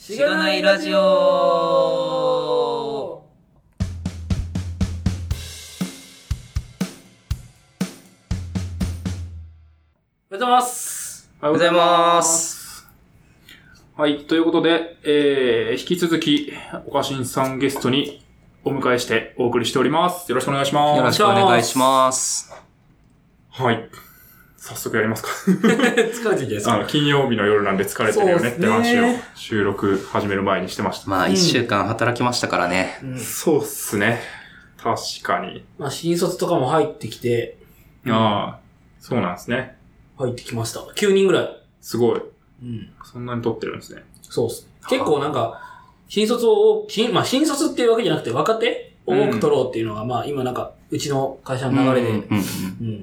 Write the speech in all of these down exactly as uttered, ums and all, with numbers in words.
しがないラジオ。おはようございます。 おはようございます。はい、ということで、えー、引き続き、おかしんさんゲストにお迎えしてお送りしております。よろしくお願いします。 よろしくお願いします。 はい。早速やりますか。 疲れてるじゃないですか。 あの、金曜日の夜なんで疲れてるよねって話を収録始める前にしてました。 まあ、一週間働きましたからね。 うん、そうっすね。確かに。 まあ、新卒とかも入ってきて。 ああ、そうなんですね。 入ってきました。きゅうにんぐらい。 すごい。 うん。 そんなに取ってるんですね。 そうっす。結構なんか、新卒を、まあ、新卒っていうわけじゃなくて若手を多く取ろうっていうのが、うん、まあ、今なんか、うちの会社の流れで、うんうんうん、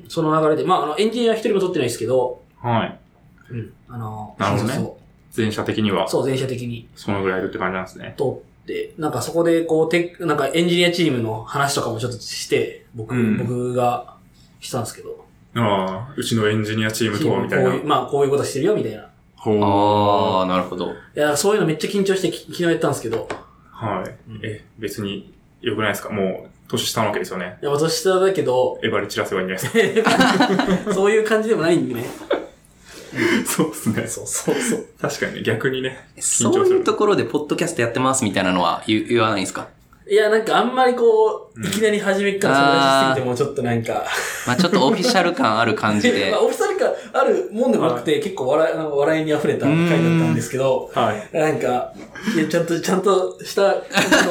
その流れで、まあ、あの、エンジニア一人も取ってないですけど、 はい。 うん。あの、 なるほどね。全社的には。 そう、全社的に。 そのぐらいいるって感じなんですね。 取って、なんかそこで、こう、て、なんかエンジニアチームの話とかもちょっとして、僕、うん、僕がしたんですけど。 ああ、うちのエンジニアチームとはみたいな。 こういうまあ、こういうことしてるよ、みたいな。 ほう。ああ、なるほど。 いや、そういうのめっちゃ緊張して昨日やったんですけど。 はい。うん、え、別に良くないですか？もう、年下なわけですよね。 いや、年下だけど。 エバリ散らせばいいんじゃないですか。そういう感じでもないんでね。 そうですね。 そうそうそう。 確かに逆にね。 そういうところでポッドキャストやってますみたいなのは 言, 言わないんですか？ いや、なんかあんまりこう、いきなり始めからそれ出しすぎてもちょっとなんか。 まあちょっとオフィシャル感ある感じで。 まあオフィシャル感あるもんでもなくて、はい、結構笑い、笑いに溢れた回だったんですけど、はい。なんか、いや、ちゃんと、ちゃんとした、は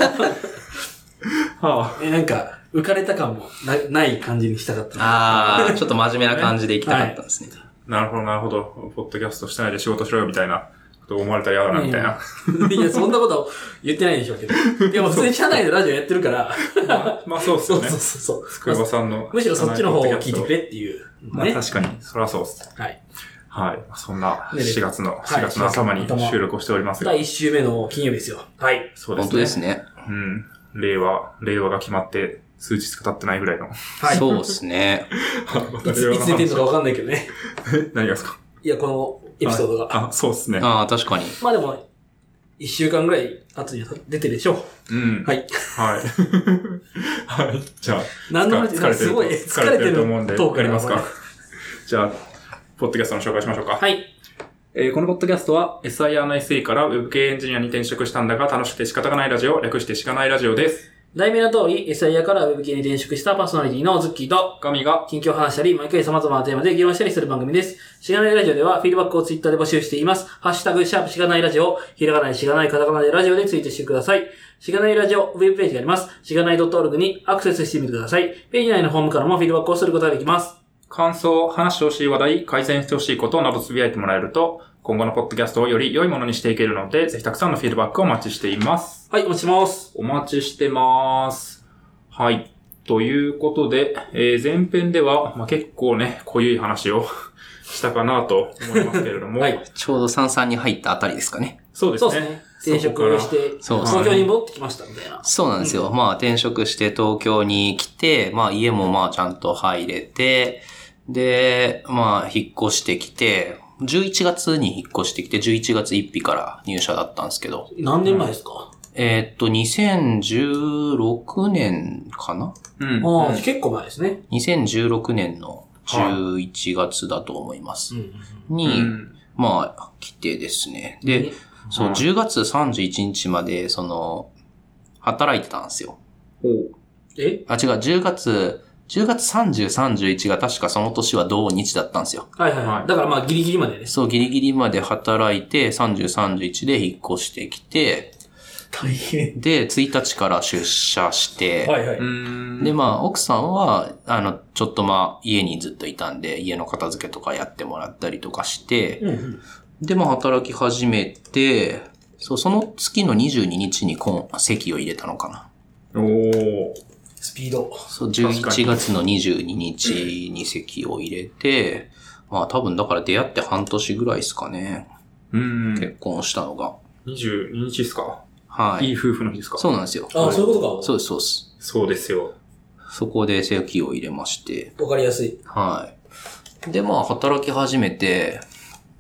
あ、えなんか、浮かれた感もなない感じにしたかった。 ああ、ちょっと真面目な感じでいきたかったんですね。はい、 なるほど、なるほど。ポッドキャストしてないで仕事しろよみたいな。と思われたら嫌だな、みたいな。 いや、そんなこと言ってないでしょうけど。でも普通に社内でラジオやってるから。 まあ、まあそうっすよね。 そうそうそう。 つくばさんの。 むしろそっちの方を聞いてくれっていう、 ね。まあ確かに、そりゃそうっす。 はい。 はい。そんなしがつの、しがつの頭に収録をしておりますが。 だいいち週目の金曜日ですよ。はい。 そうですね。 本当ですね。 うん。令和、令和が決まって数日か経ってないぐらいの。 はい。そうですね。 いつ、いつ出てるのかわかんないけどね。 何がですか？ いや、このエピソードが。 あ、そうですね。 ああ、確かに。 まあでも、一週間ぐらい後に出てるでしょう。うん。 はい。 はい。はい。じゃあ、 何の話疲れてる。すごい、 疲れてると思うんで、わかりますか？じゃあ、ポッドキャストの紹介しましょうか。 はい。 えー、このポッドキャストは エスアイアール の エスイー から Web 系エンジニアに転職したんだが楽しくて仕方がないラジオ、略してしがないラジオです。 題名の通り、エスアイアール から Web 系に転職したパーソナリティのズッキーとガミが近況を話したり、毎回様々なテーマで議論したりする番組です。しがないラジオではフィードバックをツイッターで募集しています。ハッシュタグ、シャープしがないラジオ、ひらがないしがないカタカナでラジオでツイートしてください。しがないラジオウェブページがあります。しがない .org にアクセスしてみてください。ページ内のホームからもフィードバックをすることができます。 感想、話してほしい話題、改善してほしいことなどつぶやいてもらえると、今後のポッドキャストをより良いものにしていけるので、ぜひたくさんのフィードバックをお待ちしています。 はい、お待ちしてます。 お待ちしてます。はい。ということで、えー、前編では、まあ、結構ね、濃ゆい話をしたかなと思いますけれども。 はい。ちょうど三々に入ったあたりですかね。 そうですね。 そうですね。転職して、そう東京に戻ってきましたみたいな。 そうなんですよ。うん、まあ転職して東京に来て、まあ家もまあちゃんと入れて、で、まあ引っ越してきて、じゅういちがつに引っ越してきて、じゅういちがつついたちから入社だったんですけど。 何年前ですか？ うん、えー、っと、にせんじゅうろくねんかな？ うん。ああ、結構前ですね。 にせんじゅうろくねんのじゅういちがつだと思います。はい、に、うん、まあ、来てですね。で、そう、じゅうがつさんじゅういちにちまで、その、働いてたんですよ。 おえあ、違う、じゅうがつ、じゅうがつさんじゅう、さんじゅういちが確かその年は同日だったんですよ。 はいはいはい。だからまあギリギリまでね。 そう、ギリギリまで働いて、さんじゅう、さんじゅういちで引っ越してきて、 大変。 で、ついたちから出社して、 はいはい。 で、まあ、奥さんは、あの、ちょっとまあ、家にずっといたんで、家の片付けとかやってもらったりとかして、うんうん、で、まあ、働き始めて、そう、その月のにじゅうににちにこう籍を入れたのかな。おー。 スピード。 そう、じゅういちがつのにじゅうににちに籍を入れて、まあ、多分だから出会って半年ぐらいですかね。 うん。 結婚したのが。 にじゅうににちですか？ はい。 いい夫婦の日ですか？ そうなんですよ。 ああ、そういうことか。 そうです、そうです。 そうですよ。 そこで籍を入れまして。 わかりやすい。 はい。で、まあ、働き始めて、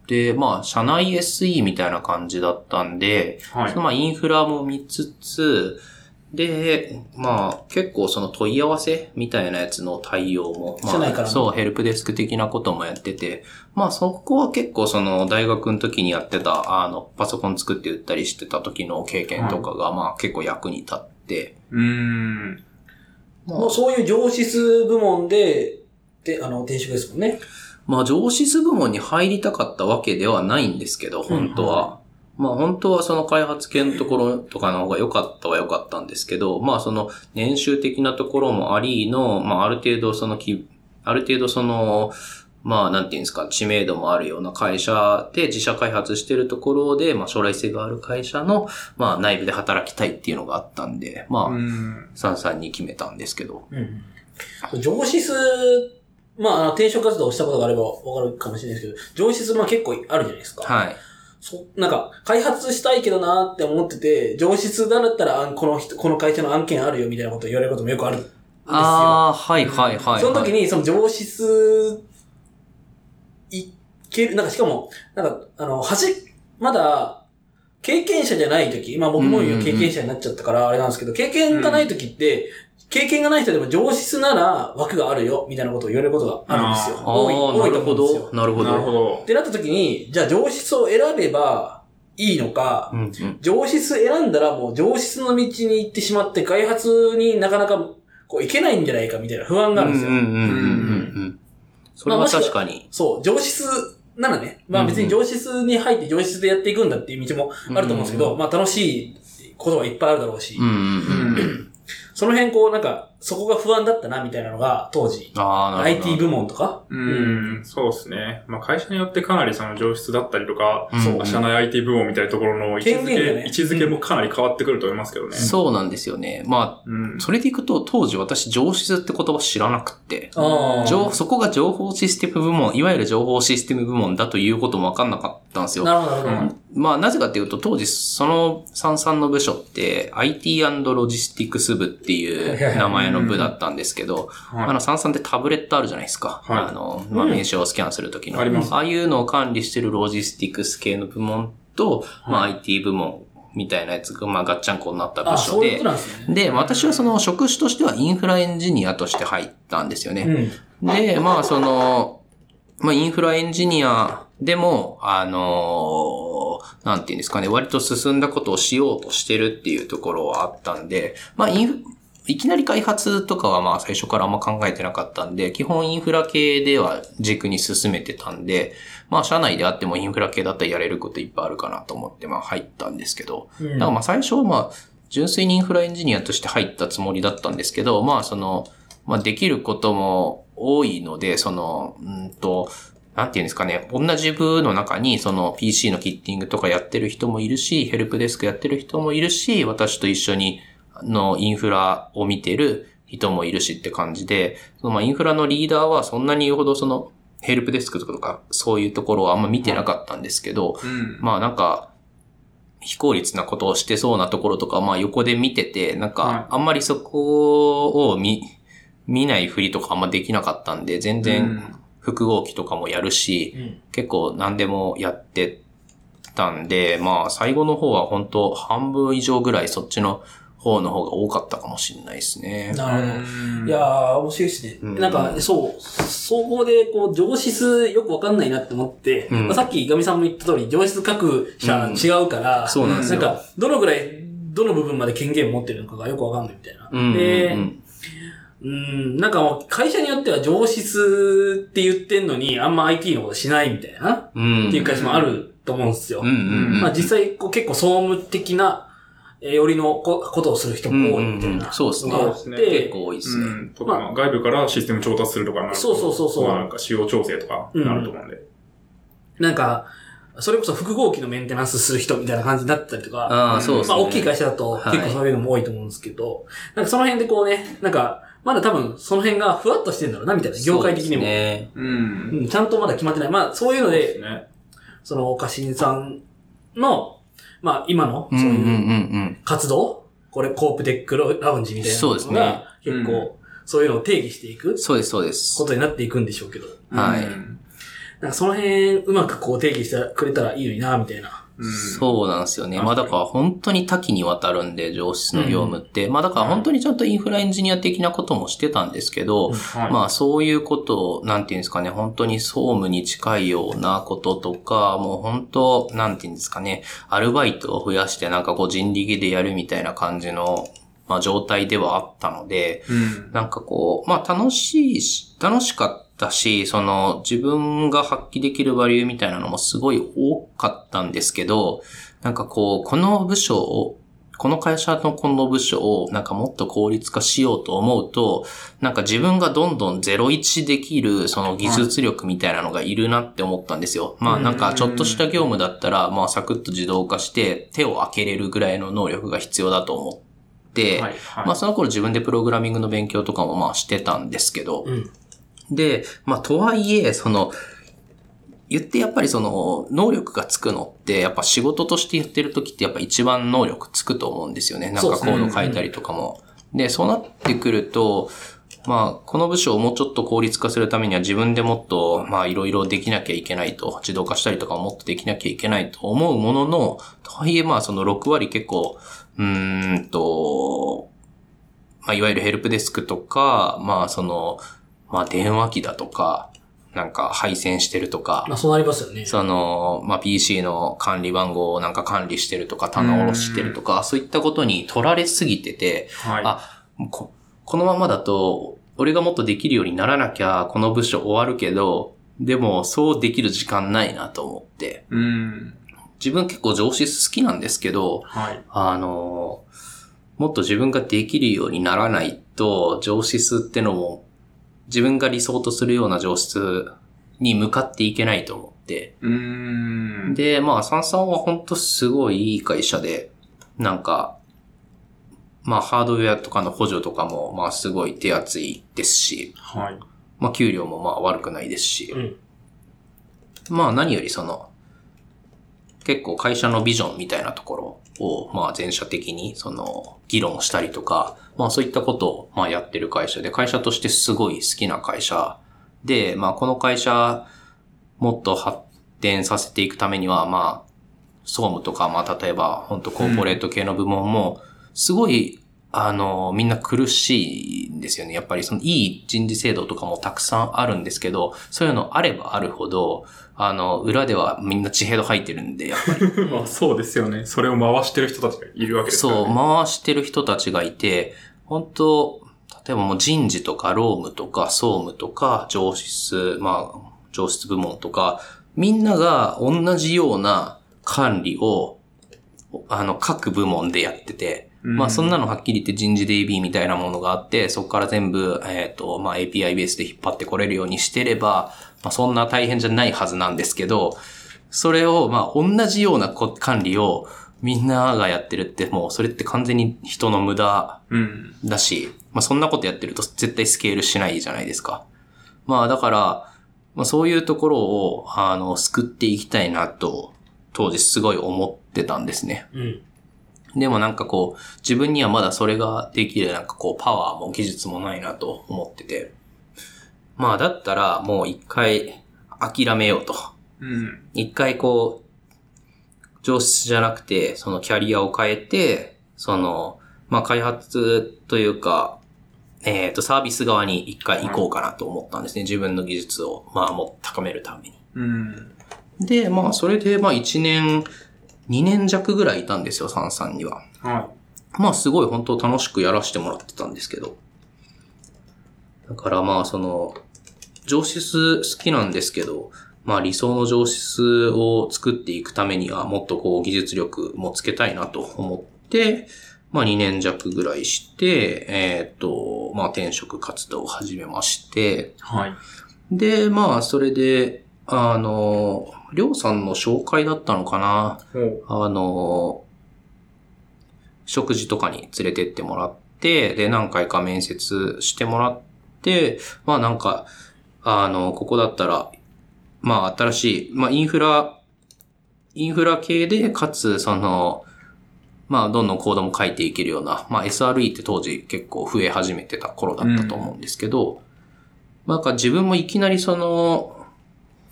で、まあ、社内 エスイー みたいな感じだったんで、はい、そのまあ、インフラも見つつ、で、まあ、結構その問い合わせみたいなやつの対応も、まあ、そう、ヘルプデスク的なこともやってて、まあそこは結構その大学の時にやってた、あの、パソコン作って売ったりしてた時の経験とかが、まあ結構役に立って。 うーん。 まあ、もうそういう上質部門で、で、あの、転職ですもんね。 まあ上質部門に入りたかったわけではないんですけど、本当は。うんはいまあ本当はその開発系のところとかの方が良かったは良かったんですけど、まあその年収的なところもありの、まあある程度そのき、ある程度その、まあなんていうんですか、知名度もあるような会社で自社開発してるところで、まあ将来性がある会社の、まあ内部で働きたいっていうのがあったんで、まあ、さんさんに決めたんですけど。 うん、上質、まああの転職活動をしたことがあればわかるかもしれないですけど、上質まあ結構あるじゃないですか。 はい。 そ、なんか、開発したいけどなーって思ってて、上質だったら、この人、この会社の案件あるよみたいなことを言われることもよくあるんですよ。 ああ、はいはいはい、はい。 その時に、その上質、いける、なんかしかも、なんか、あの、はじ、まだ、経験者じゃない時、まあ僕も経験者になっちゃったからあれなんですけど、経験がない時って、経験がない人でも上質なら枠があるよ、みたいなことを言われることがあるんですよ。多い、多いと思うんですよ。 なるほど。なるほど。 ってなった時に、じゃあ上質を選べばいいのか、うんうん、上質選んだらもう上質の道に行ってしまって開発になかなかこういけないんじゃないかみたいな不安があるんですよ。うんうんうんうん。 それは確かに。まあ、 そう、上質ならね、まあ別に上質に入って上質でやっていくんだっていう道もあると思うんですけど、うんうん、まあ楽しいことはいっぱいあるだろうし、うんうんうんその辺こうなんか、そこが不安だったなみたいなのが当時、アイティー 部門とか。 うん、そうですね。まあ会社によってかなりその上質だったりとか、そう社内 アイティー 部門みたいなところの位置づけ、ね、位置づけもかなり変わってくると思いますけどね。 うん、そうなんですよね。まあ、うん、それでいくと当時私上質って言葉知らなくて、情そこが情報システム部門、いわゆる情報システム部門だということもわかんなかったんですよ。 なるほど、なるほど。うんまあ、なぜかっていうと、当時、そのさんさんの部署って、アイティー& ロジスティクス部っていう名前の部だったんですけど、はい、あのさんさんってタブレットあるじゃないですか。はい、あの、まあ、名刺をスキャンするときの、うん。あります。ああいうのを管理してるロジスティクス系の部門と、はい、まあ、アイティー 部門みたいなやつが、まあ、ガッチャンコになった部署で、 そうですね、 で、私はその職種としてはインフラエンジニアとして入ったんですよね。うん、で、まあ、その、まあ、インフラエンジニアでも、あのー、なんていうんですかね、割と進んだことをしようとしてるっていうところはあったんで、まあ、インフ、いきなり開発とかはまあ最初からあんま考えてなかったんで、基本インフラ系では軸に進めてたんで、まあ社内であってもインフラ系だったらやれることいっぱいあるかなと思ってまあ入ったんですけど、うん、だからまあ最初はまあ純粋にインフラエンジニアとして入ったつもりだったんですけど、まあその、まあできることも多いので、その、うんと、なんていうんですかね、同じ部の中にその ピーシー のキッティングとかやってる人もいるし、ヘルプデスクやってる人もいるし、私と一緒にのインフラを見てる人もいるしって感じで、そのまあインフラのリーダーはそんなに言うほどそのヘルプデスクとかそういうところはあんま見てなかったんですけど、うん、まあなんか非効率なことをしてそうなところとかまあ横で見てて、なんかあんまりそこを見、見ないふりとかあんまできなかったんで、全然複合機とかもやるし、うん、結構何でもやってたんで、まあ最後の方は本当半分以上ぐらいそっちの方の方が多かったかもしれないですね。 なるほど。いやー、面白いですね。うん、なんか、そう、総合で、こう、上質よくわかんないなって思って、うんまあ、さっきガミさんも言った通り、上質各社違うから、うん、 そうなんですよ。 なんか、どのぐらい、どの部分まで権限を持ってるのかがよくわかんないみたいな。うん、で、うんうん、なんかもう会社によっては上質って言ってんのにあんま アイティー のことしないみたいな、うん、っていう会社もあると思うんですよ。うんうんうん、まあ実際こう結構総務的なえー、よりのこことをする人も多いみたいな、うんうんうん。そうですね。そうですね。結構多いですね。うん、 とか、まあ、外部からシステム調達するとかなると。 そうそうそうそう。 まあなんか仕様調整とかなると思うんで。うん、 なんか、それこそ複合機のメンテナンスする人みたいな感じになったりとか。 ああ、そうですね。 まあ大きい会社だと結構そういうのも多いと思うんですけど、はい、なんかその辺でこうね、なんか、まだ多分その辺がふわっとしてるんだろうなみたいな、業界的にも。そうですね。うん。うん。ちゃんとまだ決まってない。まあそういうので、そうですね、その、岡新さんの、まあ今の、そういう活動、これコープテックラウンジみたいなのが、ね、結構、そういうのを定義していく。 そうです、そうです。 ことになっていくんでしょうけど。 はい。 なんかその辺うまくこう定義してくれたらいいのにな、みたいな。 うん、そうなんですよね。まあだから本当に多岐にわたるんで、上質の業務って。うん、まあだから本当にちゃんとインフラエンジニア的なこともしてたんですけど、うんはい、まあそういうことを、なんていうんですかね、本当に総務に近いようなこととか、もう本当、なんていうんですかね、アルバイトを増やしてなんかこう人力でやるみたいな感じの、まあ状態ではあったので、うん、なんかこう、まあ楽しいし、楽しかった。だし、その自分が発揮できるバリューみたいなのもすごい多かったんですけど、なんかこう、この部署を、この会社のこの部署をなんかもっと効率化しようと思うと、なんか自分がどんどんゼロイチできるその技術力みたいなのがいるなって思ったんですよ。まあなんかちょっとした業務だったら、まあサクッと自動化して手を開けれるぐらいの能力が必要だと思って、はいはい、まあその頃自分でプログラミングの勉強とかもまあしてたんですけど、うんで、まあ、とはいえ、その、言ってやっぱりその、能力がつくのって、やっぱ仕事として言ってる時ってやっぱ一番能力つくと思うんですよね。なんかコード書いたりとかも。で、ね、そうなってくると、まあ、この部署をもうちょっと効率化するためには自分でもっと、まあ、いろいろできなきゃいけないと、自動化したりとかももっとできなきゃいけないと思うものの、とはいえ、まあ、そのろく割結構、うーんと、まあ、いわゆるヘルプデスクとか、まあ、その、まあ電話機だとか、なんか配線してるとか。 まあそうなりますよね。 その、まあ ピーシー の管理番号をなんか管理してるとか、棚卸してるとか、そういったことに取られすぎてて、はい、あこ、このままだと、俺がもっとできるようにならなきゃ、この部署終わるけど、でもそうできる時間ないなと思って。うん自分結構上質好きなんですけど、はい、あの、もっと自分ができるようにならないと、上質ってのも、自分が理想とするような上質に向かっていけないと思って。うーんで、まあ、サンさんは本当すごいいい会社で、なんか、まあ、ハードウェアとかの補助とかも、まあ、すごい手厚いですし、はい。まあ、給料もまあ、悪くないですし、うん、まあ、何よりその、結構会社のビジョンみたいなところを、まあ、全社的に、その、議論したりとか、まあそういったことをまあやってる会社で、会社としてすごい好きな会社で、まあこの会社もっと発展させていくためには、まあ総務とか、まあ例えば本当コーポレート系の部門もすごい、うん、あのみんな苦しいんですよね。やっぱりそのいい人事制度とかもたくさんあるんですけど、そういうのあればあるほど、あの裏ではみんな血ヘド吐いてるんで、やっぱり。 まあそうですよね。それを回してる人たちがいるわけですからね。 そう、回してる人たちがいて、本当例えばもう人事とか労務とか総務とか上質、まあ上質部門とか、みんなが同じような管理を、あの各部門でやってて、うん、まあそんなのはっきり言って人事 ディービー みたいなものがあって、そこから全部、えっと、まあ エーピーアイ ベースで引っ張ってこれるようにしてれば、まあそんな大変じゃないはずなんですけど、それをまあ同じような管理をみんながやってるって、もうそれって完全に人の無駄だし、うん、まあそんなことやってると絶対スケールしないじゃないですか。まあだから、まあそういうところを、あの、救っていきたいなと、当時すごい思ってたんですね。うん、でもなんかこう、自分にはまだそれができるなんかこう、パワーも技術もないなと思ってて。まあだったらもう一回諦めようと。うん、一回こう、上質じゃなくて、そのキャリアを変えて、その、まあ、開発というか、えっと、サービス側に一回行こうかなと思ったんですね。自分の技術を、まあ、もう高めるために。うん、で、まあ、それで、まあ、一年、二年弱ぐらいいたんですよ、サンさんには。はい。まあ、すごい本当楽しくやらせてもらってたんですけど。だからまあ、その、上質好きなんですけど、まあ理想の上質を作っていくためにはもっとこう技術力もつけたいなと思って、まあにねん弱ぐらいして、えっと、まあ転職活動を始めまして、はい。で、まあそれで、あの、りょうさんの紹介だったのかな、うん、あの、食事とかに連れてってもらって、で何回か面接してもらって、まあなんか、あの、ここだったら、まあ新しい、まあインフラ、インフラ系で、かつその、まあどんどんコードも書いていけるような、まあ エスアールイー って当時結構増え始めてた頃だったと思うんですけど、うん、まあなんか自分もいきなりその、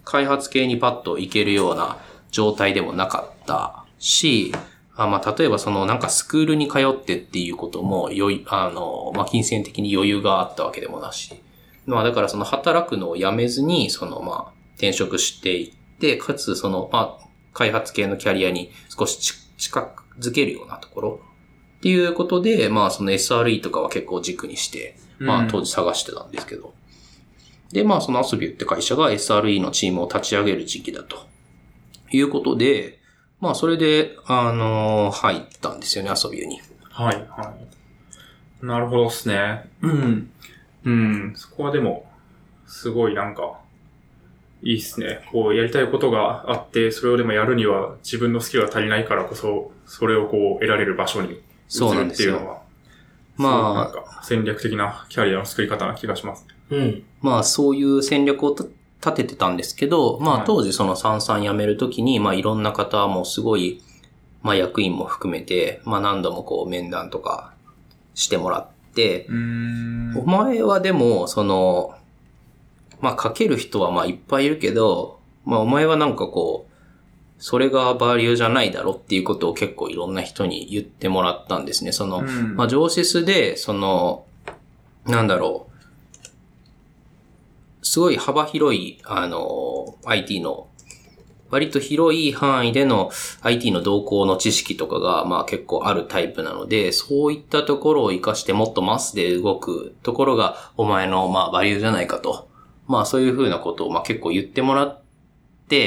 開発系にパッといけるような状態でもなかったし、あまあ、例えばそのなんかスクールに通ってっていうことも余裕、あの、まあ、金銭的に余裕があったわけでもなし。まあ、だからその働くのをやめずに、そのまあ、転職していって、かつそのまあ、開発系のキャリアに少し近づけるようなところっていうことで、まあ、その エスアールイー とかは結構軸にして、まあ、当時探してたんですけど。うん、で、まあ、そのアソビューって会社が エスアールイー のチームを立ち上げる時期だということで、まあ、それで、あのー、入ったんですよね、アソビューに。 はい、はい。なるほどですね。うん。うん。そこはでも、すごいなんか、いいっすね。こう、やりたいことがあって、それをでもやるには自分のスキルが足りないからこそ、それをこう、得られる場所に移るっていうのは、まあ、なんか戦略的なキャリアの作り方な気がします。 うん。まあ、そういう戦略を立ててたんですけど、まあ、当時そのさんさん辞めるときに、まあ、いろんな方もすごい、まあ、役員も含めて、まあ、何度もこう、面談とかしてもらって、 うーん、 お前はでも、その、まあ、書ける人はまあいっぱいいるけど、まあお前はなんかこう、それがバリューじゃないだろっていうことを結構いろんな人に言ってもらったんですね。その、うん、まあ上シスで、その、なんだろう、すごい幅広い、あの、アイティー の、割と広い範囲での アイティー の動向の知識とかがまあ結構あるタイプなので、そういったところを活かしてもっとマスで動くところがお前のまあバリューじゃないかと。まあそういうふうなことをまあ結構言ってもらって、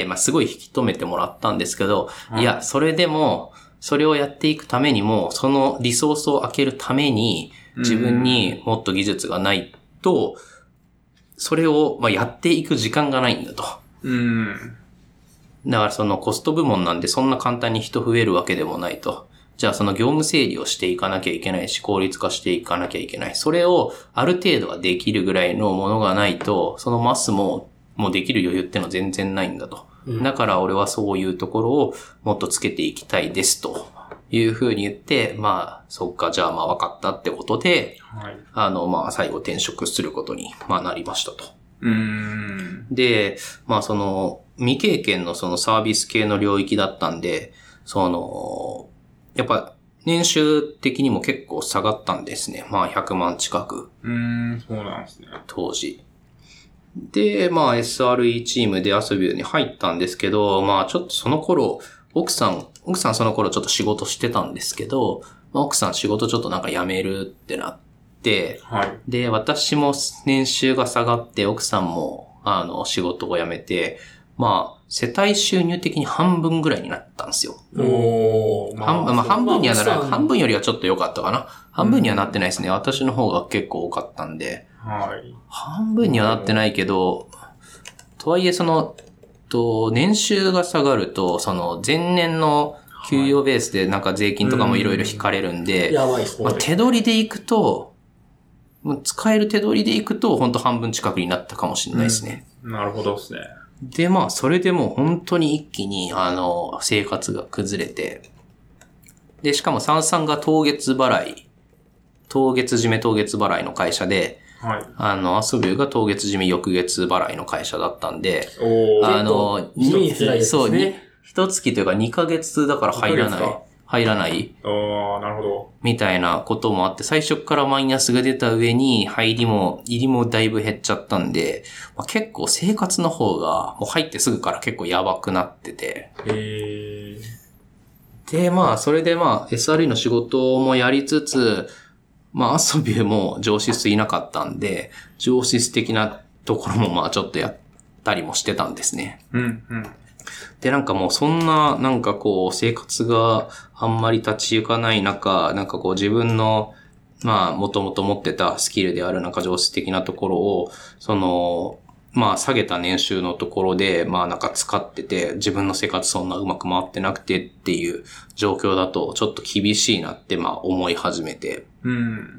まあすごい引き止めてもらったんですけど、うん、いや、それでも、それをやっていくためにも、そのリソースを開けるために、自分にもっと技術がないと、それをまあやっていく時間がないんだと。 うん、 だからそのコスト部門なんでそんな簡単に人増えるわけでもないと。じゃあその業務整理をしていかなきゃいけないし、効率化していかなきゃいけない。それをある程度はできるぐらいのものがないと、そのマスももうできる余裕ってのは全然ないんだと。うん、だから俺はそういうところをもっとつけていきたいですというふうに言って、まあ、そっか、じゃあまあ分かったってことで、 はい、 あのまあ最後転職することにまあなりましたと。 うーんで、まあその未経験のそのサービス系の領域だったんで、その、やっぱ年収的にも結構下がったんですね。まあひゃくまん近く。 うーん、そうなんですね。 当時。で、まあ エスアールイー チームでアソビューに入ったんですけど、まあちょっとその頃、奥さん、奥さんその頃ちょっと仕事してたんですけど、まあ、奥さん仕事ちょっとなんか辞めるってなって、 はい、 で、私も年収が下がって、奥さんもあの仕事を辞めて、まあ、世帯収入的に半分ぐらいになったんですよ。 おー。 まあ、半, まあ、半分にはならない。半分よりはちょっと良かったかな。半分にはなってないですね。うん、私の方が結構多かったんで。 はい。 半分にはなってないけど、とはいえその、と、年収が下がると、その前年の給与ベースでなんか税金とかもいろいろ引かれるんで、 やばいっすね。 まあ、手取りでいくと、使える手取りでいくと、ほんと半分近くになったかもしれないですね。 うん、なるほどですね。 で、まあ、それでもう本当に一気に、あの、生活が崩れて、で、しかもサンさんが当月払い、当月締め当月払いの会社で、 はい。 あの、アソビューが当月締め翌月払いの会社だったんで、 おあの、 に、 そう、に、一月というかにかげつだから入らない。入らない。 ああ、なるほど。 みたいなこともあって、最初からマイナスが出た上に、入りも、入りもだいぶ減っちゃったんで、まあ、結構生活の方が、もう入ってすぐから結構やばくなってて。 へー。 で、まあ、それでまあ、エスアールイー の仕事もやりつつ、まあ、アソビューも上司室いなかったんで、上司室的なところもまあ、ちょっとやったりもしてたんですね。 うん、うん。 で、なんかもうそんな、なんかこう、生活があんまり立ち行かない中、なんかこう自分の、まあ、もともと持ってたスキルであるなんか上質的なところを、その、まあ、下げた年収のところで、まあなんか使ってて、自分の生活そんなうまく回ってなくてっていう状況だと、ちょっと厳しいなって、まあ思い始めて。 うん。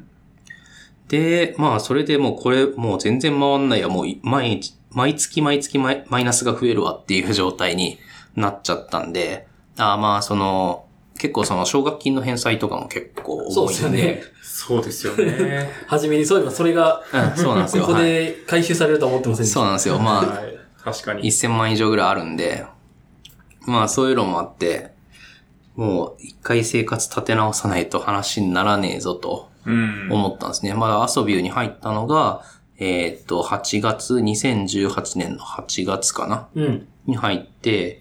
で、まあそれでもうこれもう全然回んないや、もう毎日、毎月毎月マイ、マイナスが増えるわっていう状態になっちゃったんで、あまあその、結構その奨学金の返済とかも結構重いんで。 そうですよね。 そうですよね。 はじめにそういえばそれが、 うん、そうなんですよ。 ここで回収されるとは思ってませんでした。 そうなんですよ。まあ、 確かに。 せんまん以上ぐらいあるんで、まあそういうのもあって、もう一回生活立て直さないと話にならねえぞと思ったんですね。うん、まだアソビューに入ったのが、えー、っと、はちがつ、にせんじゅうはちねんのはちがつかな、うん、に入って、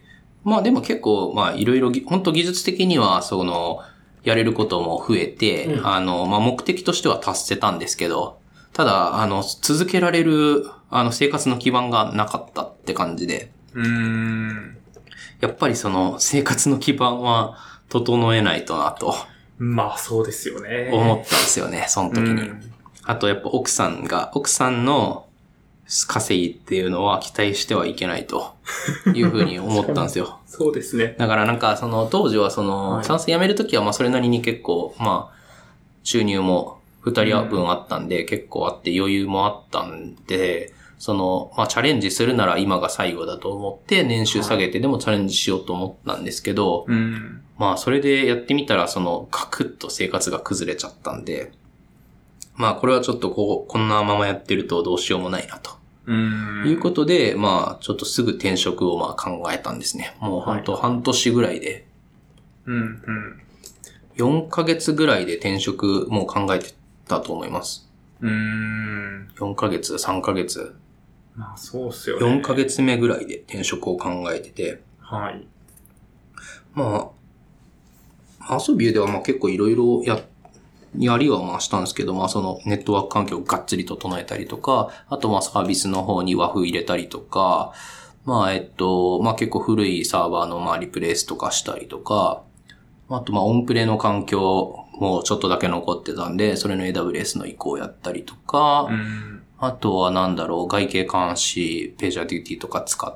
まあでも結構、まあいろいろ、本当技術的には、その、やれることも増えて、うん、あの、まあ目的としては達せたんですけど、ただ、あの、続けられる、あの、生活の基盤がなかったって感じで。 うーん。 やっぱりその、生活の基盤は整えないとなと。 まあそうですよね。 思ったんですよね、その時に。あとやっぱ奥さんが、奥さんの稼ぎっていうのは期待してはいけないというふうに思ったんですよ。 そうですね。 だからなんかその当時はその、算数辞めるときはまあそれなりに結構、まあ、収入も二人分あったんで、結構あって余裕もあったんで、その、まあチャレンジするなら今が最後だと思って年収下げてでもチャレンジしようと思ったんですけど、 うん、 まあそれでやってみたらそのカクッと生活が崩れちゃったんで、まあこれはちょっとこう、こんなままやってるとどうしようもないなと。 うーん。 いうことで、まあちょっとすぐ転職をまあ考えたんですね。もう本当半年ぐらいで。 うんうん。 よんかげつぐらいで転職もう考えてたと思います。 うーん。 よんかげつ、さんかげつ。 まあそうっすよね。 よんかげつめぐらいで転職を考えてて。 はい。 まあ、アソビューではまあ結構いろいろや、やりはまあしたんですけど、まあそのネットワーク環境をがっつり整えたりとか、あとまあサービスの方に和風入れたりとか、まあえっと、まあ結構古いサーバーのまあリプレイスとかしたりとか、あとまあオンプレの環境もちょっとだけ残ってたんで、それの エーダブリューエス の移行をやったりとか、 うん、 あとはなんだろう、外形監視、ページャーデューティーとか使って、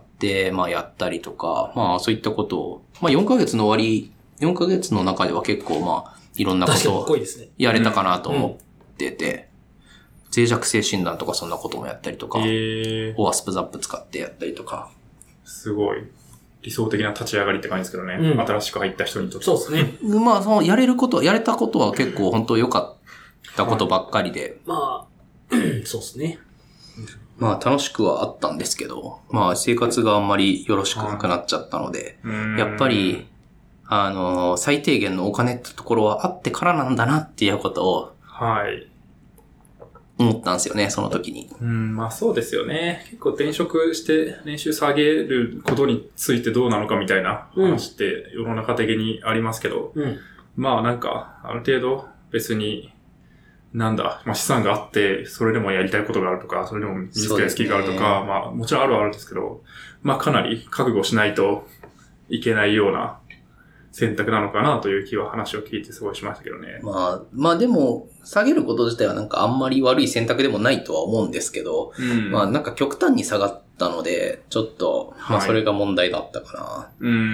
まあやったりとか、まあそういったことを、まあよんかげつの終わり、よんかげつの中では結構まあいろんなことをやれたかなと思ってて、脆弱性診断とかそんなこともやったりとか、 えー、 オアスプザップ使ってやったりとか。 すごい。理想的な立ち上がりって感じですけどね。うん、新しく入った人にとって。 そうですね。 まあ、その、やれること、やれたことは結構本当良かったことばっかりで。 まあ、そうですね。 まあ、楽しくはあったんですけど、まあ、生活があんまりよろしくなくなっちゃったので、やっぱり、あの、最低限のお金ってところはあってからなんだなっていうことを、 はい。 思ったんですよね、その時に。 うん、まあそうですよね。結構転職して年収下げることについてどうなのかみたいな話って世の中的にありますけど、うん、まあなんかある程度別になんだ、まあ資産があってそれでもやりたいことがあるとか、それでも身につけるスキルがあるとか、まあもちろんあるはあるんですけど、まあかなり覚悟しないといけないような選択なのかなという気は話を聞いてすごいしましたけどね。 まあ、まあでも、下げること自体はなんかあんまり悪い選択でもないとは思うんですけど、うん、まあなんか極端に下がったので、ちょっと、まあそれが問題だったかな。うん。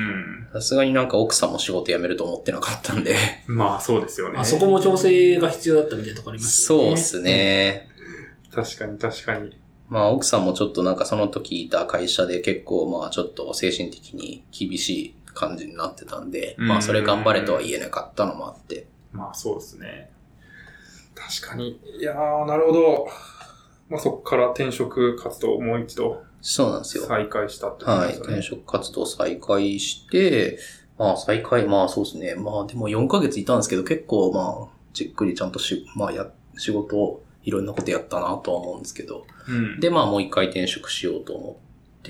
さすがになんか奥さんも仕事辞めると思ってなかったんで。 まあそうですよね。 あそこも調整が必要だったみたいなところありますよね。そうですね、 うん。確かに確かに。 まあ奥さんもちょっとなんかその時いた会社で結構まあちょっと精神的に厳しい感じになってたんで、まあそれ頑張れとは言えなかったのもあって。 まあそうですね。確かに。いやー、なるほど。まあそこから転職活動をもう一度。 そうなんですよ。 再開したってことですね。 はい。転職活動再開して、まあ再開、まあそうですね。まあでもよんかげついたんですけど結構まあじっくりちゃんとし、まあや、仕事をいろんなことやったなとは思うんですけど。うん、でまあもう一回転職しようと思って、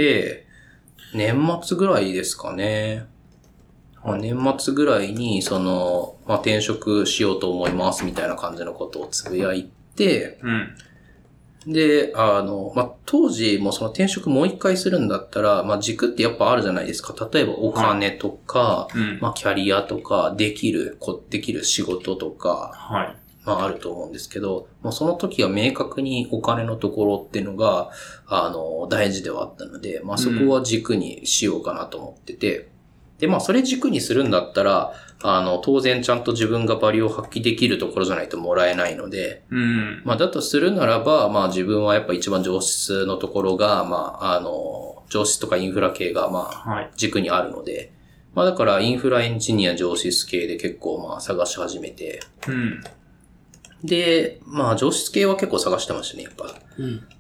年末ぐらいですかね。まあ、年末ぐらいに、その、まあ、転職しようと思いますみたいな感じのことをつぶやいて、うん、で、あの、まあ、当時もその転職もう一回するんだったら、まあ、軸ってやっぱあるじゃないですか。例えばお金とか、はいうん、まあ、キャリアとか、できる、できる仕事とか、はい、まあ、あると思うんですけど、もうその時は明確にお金のところっていうのが、あの、大事ではあったので、まあ、そこは軸にしようかなと思ってて、うんで、まあ、それ軸にするんだったら、あの、当然ちゃんと自分がバリューを発揮できるところじゃないともらえないので、うん、まあ、だとするならば、まあ、自分はやっぱ一番上質のところが、まあ、あの、上質とかインフラ系が、まあ、軸にあるので、はい、まあ、だからインフラエンジニア上質系で結構、まあ、探し始めて、うん、で、まあ、上質系は結構探してましたね、やっぱ。うん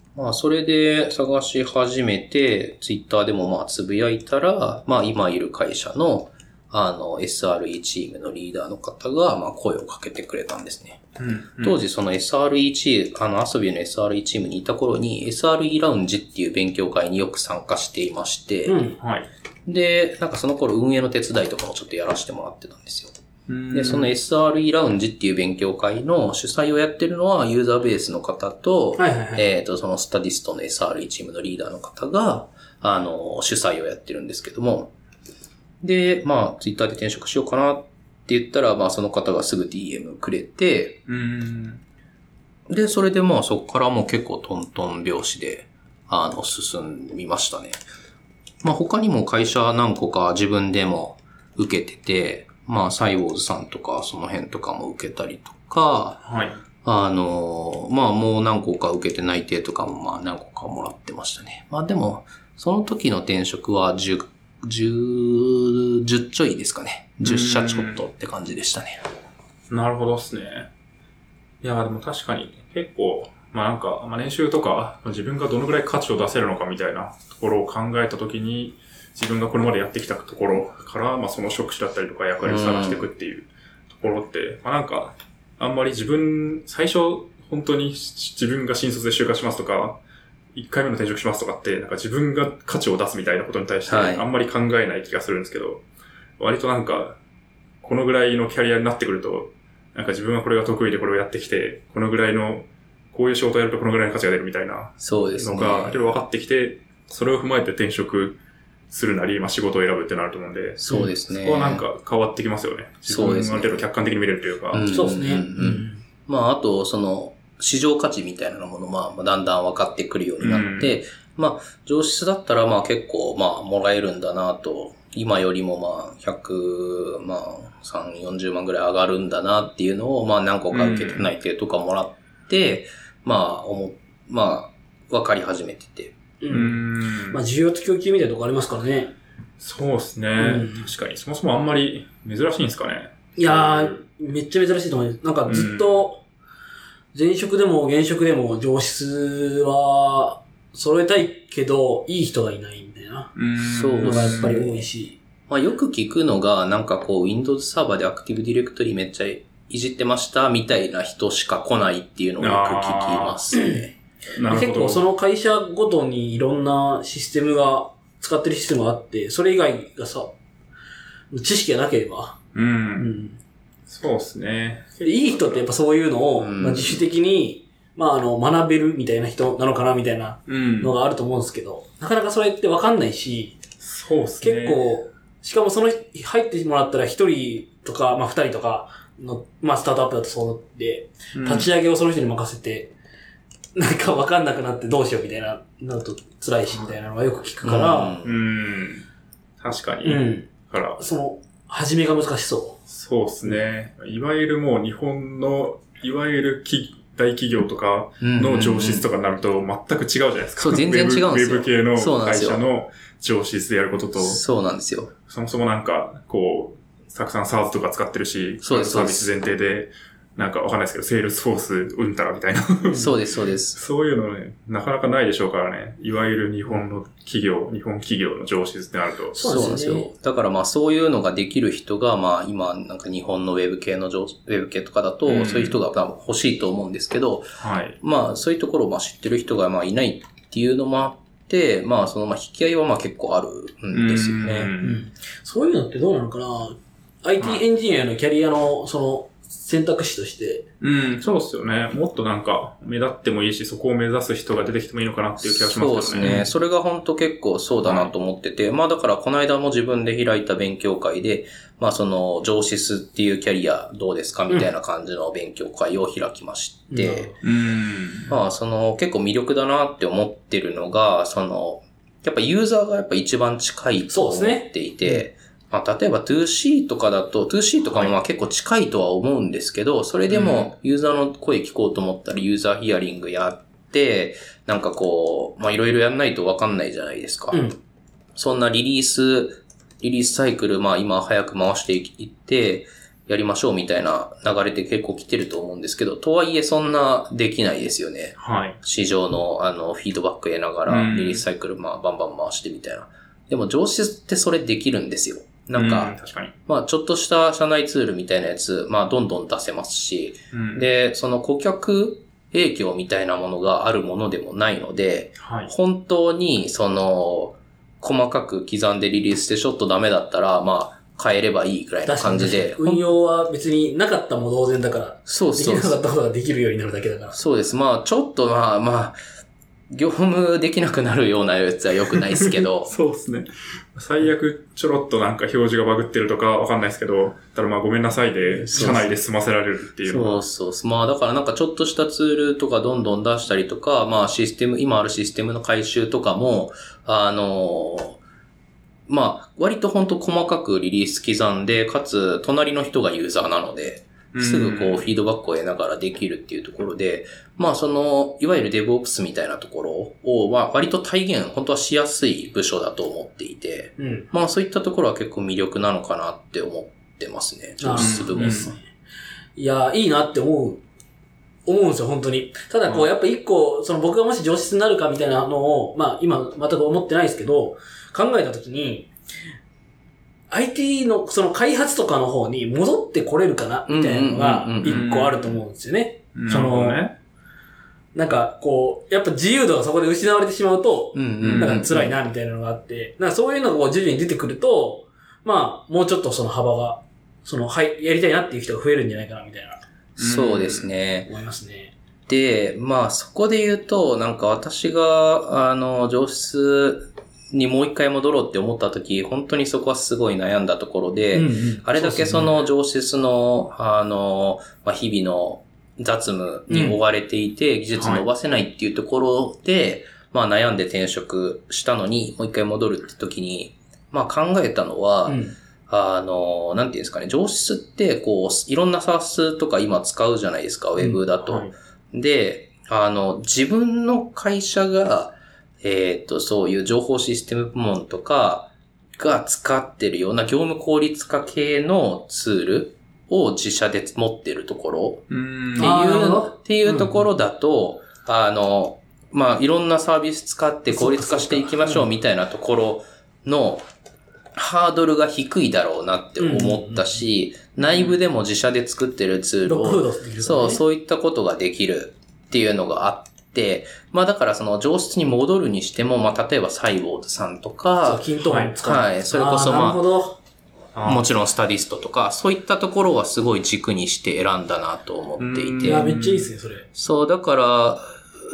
まあ、それで探し始めて、ツイッターでもまあ、つぶやいたら、まあ、今いる会社の、あの、エスアールイー チームのリーダーの方が、まあ、声をかけてくれたんですね。 うんうん、 当時、その エスアールイー チーム、あの、遊びの エスアールイー チームにいた頃に、エスアールイー ラウンジっていう勉強会によく参加していまして、 うんはい、 で、なんかその頃運営の手伝いとかもちょっとやらせてもらってたんですよ。で、その エスアールイー ラウンジっていう勉強会の主催をやってるのはユーザーベースの方と、 はいはいはい、 えっと、そのスタディストの エスアールイー チームのリーダーの方が、あの、主催をやってるんですけども、で、まあ、ツイッターで転職しようかなって言ったら、まあ、その方がすぐ ディーエム くれて、 うーんで、それでまあ、そこからもう結構トントン拍子で、あの、進みましたね。まあ、他にも会社何個か自分でも受けてて、まあ、サイウォーズさんとか、その辺とかも受けたりとか、 はい。 あの、まあ、もう何個か受けて内定とかも、まあ、何個かもらってましたね。まあ、でも、その時の転職はじゅう、じゅう、じゅうちょいですかね。じゅっ社ちょっとって感じでしたね。 なるほどっすね。いや、でも確かに、結構、まあなんか、まあ年収とか、自分がどのぐらい価値を出せるのかみたいなところを考えたときに、自分がこれまでやってきたところから、まあその職種だったりとか役割を探していくっていうところって、まあなんか、あんまり自分、最初、本当に自分が新卒で就活しますとか、いっかいめの転職しますとかって、なんか自分が価値を出すみたいなことに対して、あんまり考えない気がするんですけど、はい、割となんか、このぐらいのキャリアになってくると、なんか自分はこれが得意でこれをやってきて、このぐらいの、こういう仕事をやるとこのぐらいの価値が出るみたいなそうですね。 のが、いろいろ分かってきて、それを踏まえて転職するなり、まあ仕事を選ぶってなると思うんで、 そうですね。 そこはなんか変わってきますよね。自分がある程度客観的に見れるというか。 うん、そうですね。うんうんまあ、あと、その、市場価値みたいなものも、まあ、だんだん分かってくるようになって、うん、まあ、上質だったら、まあ結構、まあ、もらえるんだなと、今よりもまあ、ひゃく、まあ、さん、よんじゅうまんぐらい上がるんだなっていうのを、まあ、何個か受けて内定とかもらって、うん、まあ、思、まあ、分かり始めてて。 うん。まあ、需要と供給みたいなとこありますからね。 そうですね、うん。確かに。そもそもあんまり珍しいんですかね。 いやー、めっちゃ珍しいと思います。なんかずっと、前職でも現職でも上質は揃えたいけど、いい人がいないみたいな。そういうのがやっぱり多いし。 まあよく聞くのが、なんかこう Windows サーバーで Active Directory めっちゃいじってましたみたいな人しか来ないっていうのをよく聞きますね。 なるほど。 結構その会社ごとにいろんなシステムが、使ってるシステムがあって、それ以外がさ、知識がなければ。 うん。うんそうですね。 いい人ってやっぱそういうのを、まあ、自主的に、まああの、学べるみたいな人なのかなみたいなのがあると思うんですけど、うん、なかなかそれってわかんないし、 そうですね。 結構、しかもその、入ってもらったら一人とか、まあ二人とかの、まあスタートアップだとそうで、立ち上げをその人に任せて、うん、なんかわかんなくなってどうしようみたいな、なると辛いしみたいなのがよく聞くから、 うん。うん確かに。 うん。 から、 その、始めが難しそう。 そうですね。いわゆるもう日本の、いわゆる大企業とかの上質とかになると全く違うじゃないですか。 そう、全然違うんですよ。 ウェブ系の会社の上質でやることと。 そうなんですよ。 そもそもなんか、こう、たくさん SaaS とか使ってるし、そうですサービス前提で、なんかわかんないですけど、セールスフォースうんたらみたいな。 そうです、そうです。 そういうのね、なかなかないでしょうからね。いわゆる日本の企業、日本企業の上質ってなると。 そうなんですよ。だからまあそういうのができる人が、まあ今なんか日本のウェブ系の上、ウェブ系とかだと、うん、そういう人が多分欲しいと思うんですけど、 はい。 まあそういうところをまあ知ってる人がまあいないっていうのもあって、まあそのまあ引き合いはまあ結構あるんですよね。 うんうん、そういうのってどうなのかな ?アイティー エンジニアのキャリアのその、選択肢として。 うん、そうっすよね。もっとなんか、目立ってもいいし、そこを目指す人が出てきてもいいのかなっていう気がしますけどね。 そうですね。それが本当結構そうだなと思ってて、はい、まあだからこの間も自分で開いた勉強会で、まあその上質っていうキャリアどうですかみたいな感じの勉強会を開きまして、 うん、 まあその結構魅力だなって思ってるのが、その、やっぱユーザーがやっぱ一番近いと思っていて、まあ、例えば ツーシー とかだと、ツーシー とかもまあ結構近いとは思うんですけど、それでもユーザーの声聞こうと思ったらユーザーヒアリングやって、なんかこう、まあいろいろやんないとわかんないじゃないですか。 うん、 そんなリリース、リリースサイクル、まあ今早く回していって、 やりましょうみたいな流れで結構来てると思うんですけど、とはいえそんなできないですよね。 はい。 市場のあのフィードバック得ながらリリースサイクルまあバンバン回してみたいな。でも上質ってそれできるんですよ。なんか、 うん、確かに。 まあちょっとした社内ツールみたいなやつ、まあどんどん出せますし、 うん、 で、その顧客影響みたいなものがあるものでもないので、 はい、 本当にその細かく刻んでリリースしてちょっとダメだったら、まあ変えればいいくらいな感じで。 運用は別になかったも同然だから、 そうそう。 できなかったことができるようになるだけだから。 そうです。まあちょっとまあまあ、業務できなくなるようなやつは良くないですけど。 そうですね。最悪ちょろっとなんか表示がバグってるとかわかんないですけど、ただまあごめんなさいで、社内で済ませられるっていうのは。 そうそう。まあだからなんかちょっとしたツールとかどんどん出したりとか、まあシステム、今あるシステムの改修とかも、あの、まあ割と本当細かくリリース刻んで、かつ隣の人がユーザーなので、すぐこうフィードバックを得ながらできるっていうところで、まあその、いわゆる DevOps みたいなところを、まあ割と体現、本当はしやすい部署だと思っていて、うん、まあそういったところは結構魅力なのかなって思ってますね。上質部門は。 いや、いいなって思う、思うんですよ、本当に。ただこう、やっぱ一個、その僕がもし上質になるかみたいなのを、まあ今全く思ってないですけど、考えたときに、アイティー のその開発とかの方に戻ってこれるかなみたいなのが一個あると思うんですよね。その、なんかこう、やっぱ自由度がそこで失われてしまうと、なんか辛いなみたいなのがあって、なんかそういうのがこう徐々に出てくると、まあもうちょっとその幅が、その、はい、やりたいなっていう人が増えるんじゃないかなみたいな。 そうですね。 思いますね。 で、まあそこで言うと、なんか私が、あの、上質、にもう一回戻ろうって思った時、本当にそこはすごい悩んだところで、うんうん、あれだけその上質の、あの、まあ、日々の雑務に追われていて、うん、技術伸ばせないっていうところで、はい、まあ悩んで転職したのに、もう一回戻るって時に、まあ考えたのは、うん、あの、なんていうんですかね、上質ってこう、いろんなサースとか今使うじゃないですか、ウェブだと。うんはい、で、あの、自分の会社が、えっと、そういう情報システム部門とかが使ってるような業務効率化系のツールを自社で持ってるところっていう、っていうところだと、うん、あの、まあ、いろんなサービス使って効率化していきましょうみたいなところのハードルが低いだろうなって思ったし、うん、内部でも自社で作ってるツールを、そう、そういったことができるっていうのがあって、で、まあだからその上質に戻るにしても、まあ例えばサイボーズさんとか、 そう、キントーン使う。 はい、それこそまあ、あもちろんスタディストとか、そういったところはすごい軸にして選んだなと思っていて。 いや、めっちゃいいですね、それ。 そう、だから、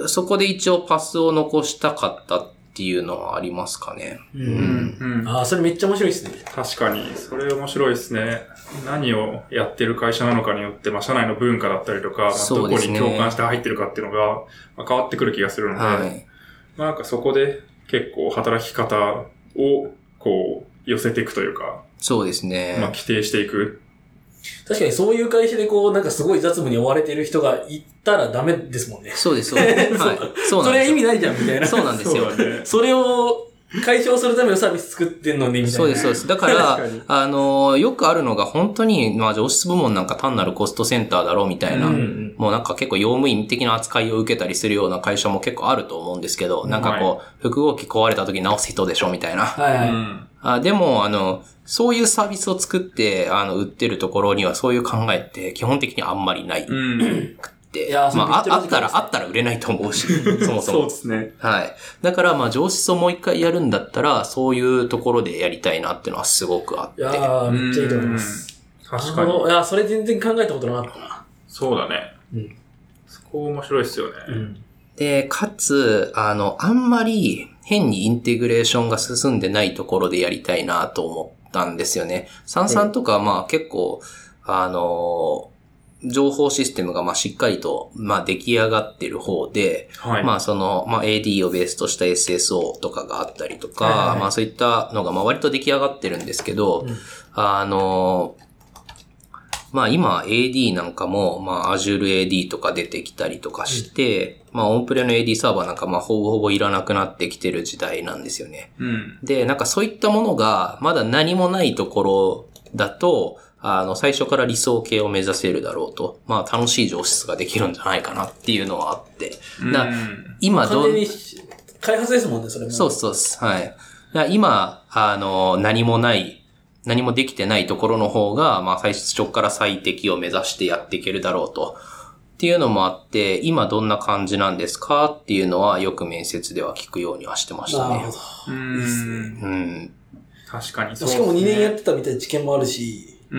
そこで一応パスを残したかったっていうのはありますかね。 うん。うんうん、ああ、それめっちゃ面白いですね。 確かに、それ面白いですね。何をやってる会社なのかによって、まあ、社内の文化だったりとか、まあ、どこに共感して入ってるかっていうのが、まあ、変わってくる気がするので、はい、まあ、なんかそこで結構働き方を、こう、寄せていくというか、 そうですね。 まあ、規定していく。 確かにそういう会社でこう、なんかすごい雑務に追われてる人がいたらダメですもんね。 そうです、そうです。はい。そうなんです。 それ意味ないじゃん、みたいな。 そうなんですよ。 それを、解消するためのサービス作ってんのにみたいな。 そうです、そうです。だから、あの、よくあるのが本当に、まあ上質部門なんか単なるコストセンターだろうみたいな、うんうん、もうなんか結構用務員的な扱いを受けたりするような会社も結構あると思うんですけど、うん、なんかこう、はい、複合機壊れた時直す人でしょみたいな。 はいはい。 あでも、あの、そういうサービスを作って、あの、売ってるところにはそういう考えって基本的にあんまりない。うんいやまあ、あったら、あったら売れないと思うし、そもそも。 そうですね。 はい。だから、まあ、上質をもう一回やるんだったら、そういうところでやりたいなっていうのはすごくあって。いやー、めっちゃいいと思います。 確かに。 いや、それ全然考えたことなかったな。 そうだね。うん。そこ面白いですよね。うん。 で、かつ、あの、あんまり変にインテグレーションが進んでないところでやりたいなと思ったんですよね。サンサンとか、まあ結構、あの、情報システムがまあしっかりとまあ出来上がってる方で、はい、まあそのまあ エーディー をベースとした エスエスオー とかがあったりとか、はいはい、まあそういったのがまあ割と出来上がってるんですけど、うん、あのまあ今 エーディー なんかもまあ Azure エーディー とか出てきたりとかして、うん、まあオンプレの エーディー サーバーなんかまあほぼほぼいらなくなってきてる時代なんですよね。うん、で、なんかそういったものがまだ何もないところだと、 あの、最初から理想形を目指せるだろうと。まあ、楽しい上質ができるんじゃないかなっていうのはあって。だ今どん、 完全に開発ですもんね、それも。 そうそうです。はい。だ今、あの、何もない、何もできてないところの方が、まあ、最初から最適を目指してやっていけるだろうと。っていうのもあって、今どんな感じなんですかっていうのはよく面接では聞くようにはしてましたね。 なるほど。 うん。 いいっすね。 うん。 確かにそうですね。 しかもにねんやってたみたいな知見もあるし。 うん。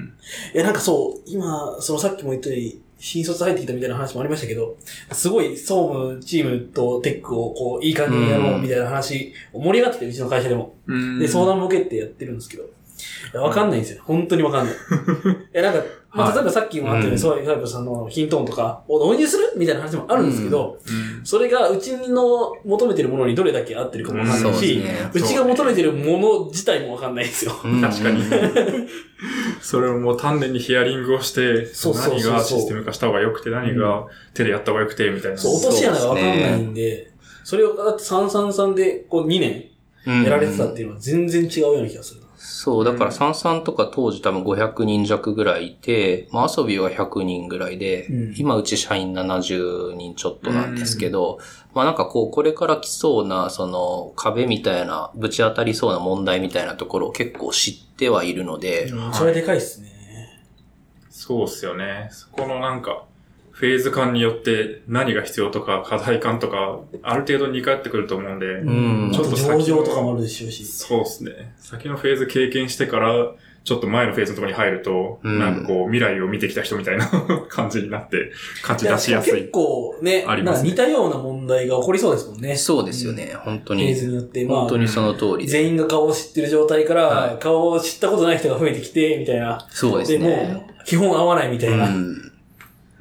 いや、なんかそう、今、そのさっきも言ったように、新卒入ってきたみたいな話もありましたけど、すごい総務チームとテックをこう、いい感じにやろうみたいな話を盛り上がってて、うちの会社でも。 うん。 で、相談も受けてやってるんですけど。いや、わかんないんですよ。本当にわかんない。いや、なんか、まあ、例えばさっきもあったように、そういうタイプさんのヒントーンとかを導入するみたいな話もあるんですけど、 うん、 それがうちの求めてるものにどれだけ合ってるかもわかんないし、うんね、うちが求めてるもの自体もわかんないですよ。 うん、確かに。それをもう丹念にヒアリングをして、そうそうそうそう何がシステム化した方が良くて、何が手でやった方が良くて、みたいな。 そう、落とし穴がわかんないんで、それをだってさんさんさんでこうにねんやられてたっていうのは全然違うような気がするな。 そう、だからさんさんとか当時多分ごひゃくにん弱ぐらいいて、まあ遊びはひゃくにんぐらいで、うん、今うち社員ななじゅうにんちょっとなんですけど、うん、まあなんかこう、これから来そうな、その壁みたいな、ぶち当たりそうな問題みたいなところを結構知ってはいるので。 うん、それでかいっすね。 そうっすよね。そこのなんか、フェーズ感によって何が必要とか課題感とかある程度似通ってくると思うんで、 うん、ちょっと上場とかもあるでしょうし。 そうですね。先のフェーズ経験してから、ちょっと前のフェーズのところに入ると、うん、なんかこう未来を見てきた人みたいな感じになって感じ出しやすい。 結構ね、ありますね。似たような問題が起こりそうですもんね。 そうですよね。うん、本当に。 フェーズによって、 まあ、本当にその通りで。 全員が顔を知ってる状態から、はい、顔を知ったことない人が増えてきて、みたいな。 そうですね。 でもう、基本合わないみたいな。 うんうん、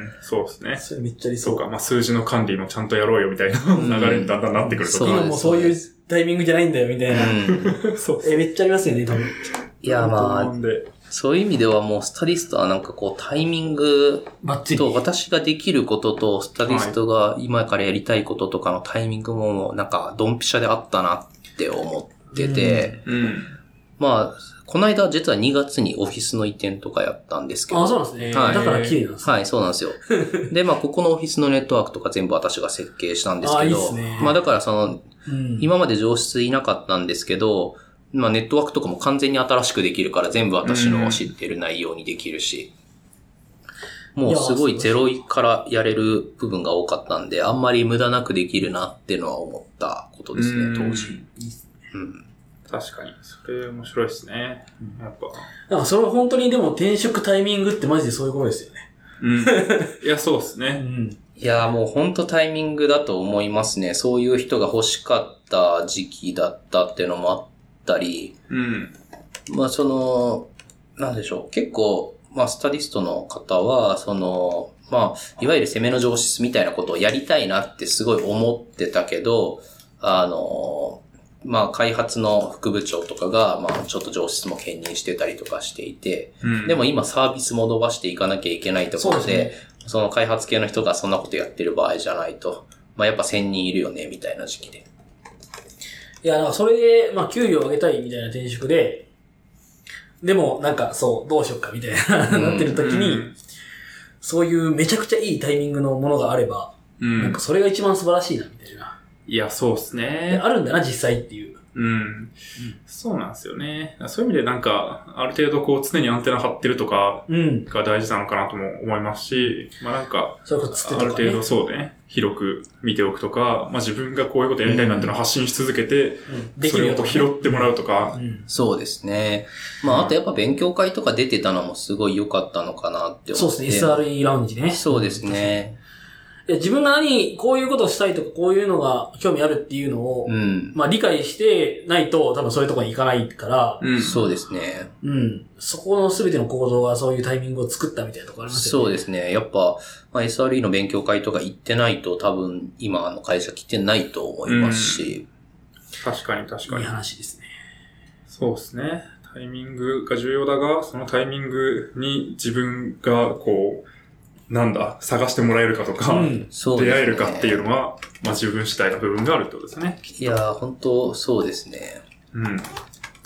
そうですね。 それめっちゃ理想。 そうか、まあ数字の管理もちゃんとやろうよみたいな流れにだんだんなってくるとか。 今もうそういうタイミングじゃないんだよみたいな。 うん、そうえ、めっちゃありますよね、多分。 いや、まあ、そういう意味ではもうスタディストはなんかこうタイミングと私ができることとスタディストが今からやりたいこととかのタイミングもなんかドンピシャであったなって思ってて、 うんうん、 まあ、この間実はにがつにオフィスの移転とかやったんですけど。 あ、そうなんですね。はい、だから綺麗なんですね。はい、そうなんですよ。で、まあ、ここのオフィスのネットワークとか全部私が設計したんですけど。 あ、いいですね。 まあ、だからその、うん、今まで上質いなかったんですけど、まあ、ネットワークとかも完全に新しくできるから全部私の知ってる内容にできるし。うん、もうすごいゼロからやれる部分が多かったんで、あんまり無駄なくできるなっていうのは思ったことですね、当時。 いいっすね。 うん。 確かに。それ面白いですね。うん、やっぱ。 なんかそれは本当にでも転職タイミングってマジでそういうことですよね。 うん。いや、そうですね。 うん。 いや、もう本当タイミングだと思いますね。そういう人が欲しかった時期だったっていうのもあったり。 うん。 まあその、なんでしょう。結構、まあスタディストの方は、その、まあ、いわゆる攻めの上質みたいなことをやりたいなってすごい思ってたけど、あの、まあ、開発の副部長とかが、まあ、ちょっと上質も兼任してたりとかしていて、 うん、 でも今サービスも伸ばしていかなきゃいけないところで、でね、その開発系の人がそんなことやってる場合じゃないと、まあ、やっぱせんにんいるよね、みたいな時期で。 いや、なんかそれで、まあ、給料上げたいみたいな転職で、でも、なんか、そう、どうしようかみたいな、なってる時に、うん、そういうめちゃくちゃいいタイミングのものがあれば、うん、なんかそれが一番素晴らしいな、みたいな。 いや、そうっすね。 あるんだな、実際っていう。 うん。うん、そうなんですよね。そういう意味でなんか、ある程度こう常にアンテナ張ってるとかが大事なのかなとも思いますし、うん、まあなんか、 そういうことつってとかね、 ある程度そうね、広く見ておくとか、まあ自分がこういうことやりたいなっていうのを発信し続けて、うん、それを拾ってもらうとか、 うん。そうですね。まああとやっぱ勉強会とか出てたのもすごい良かったのかなって思って。 そうですね、エスアールイー ラウンジね。 そうですね。 いや自分が何、こういうことをしたいとか、こういうのが興味あるっていうのを、 うん、 まあ理解してないと多分そういうところに行かないから、 うん、そうですね。 うん。そこの全ての構造がそういうタイミングを作ったみたいなところありますよね。 そうですね。やっぱ、まあ、エスアールイー の勉強会とか行ってないと多分今の会社来てないと思いますし。 うん、確かに確かに。 いい話ですね。 そうですね。タイミングが重要だが、そのタイミングに自分がこう、なんだ、探してもらえるかとか、うん、出会えるかっていうのは、まあ自分次第の部分があるってことですね。 いやー、本当そうですね。 うん。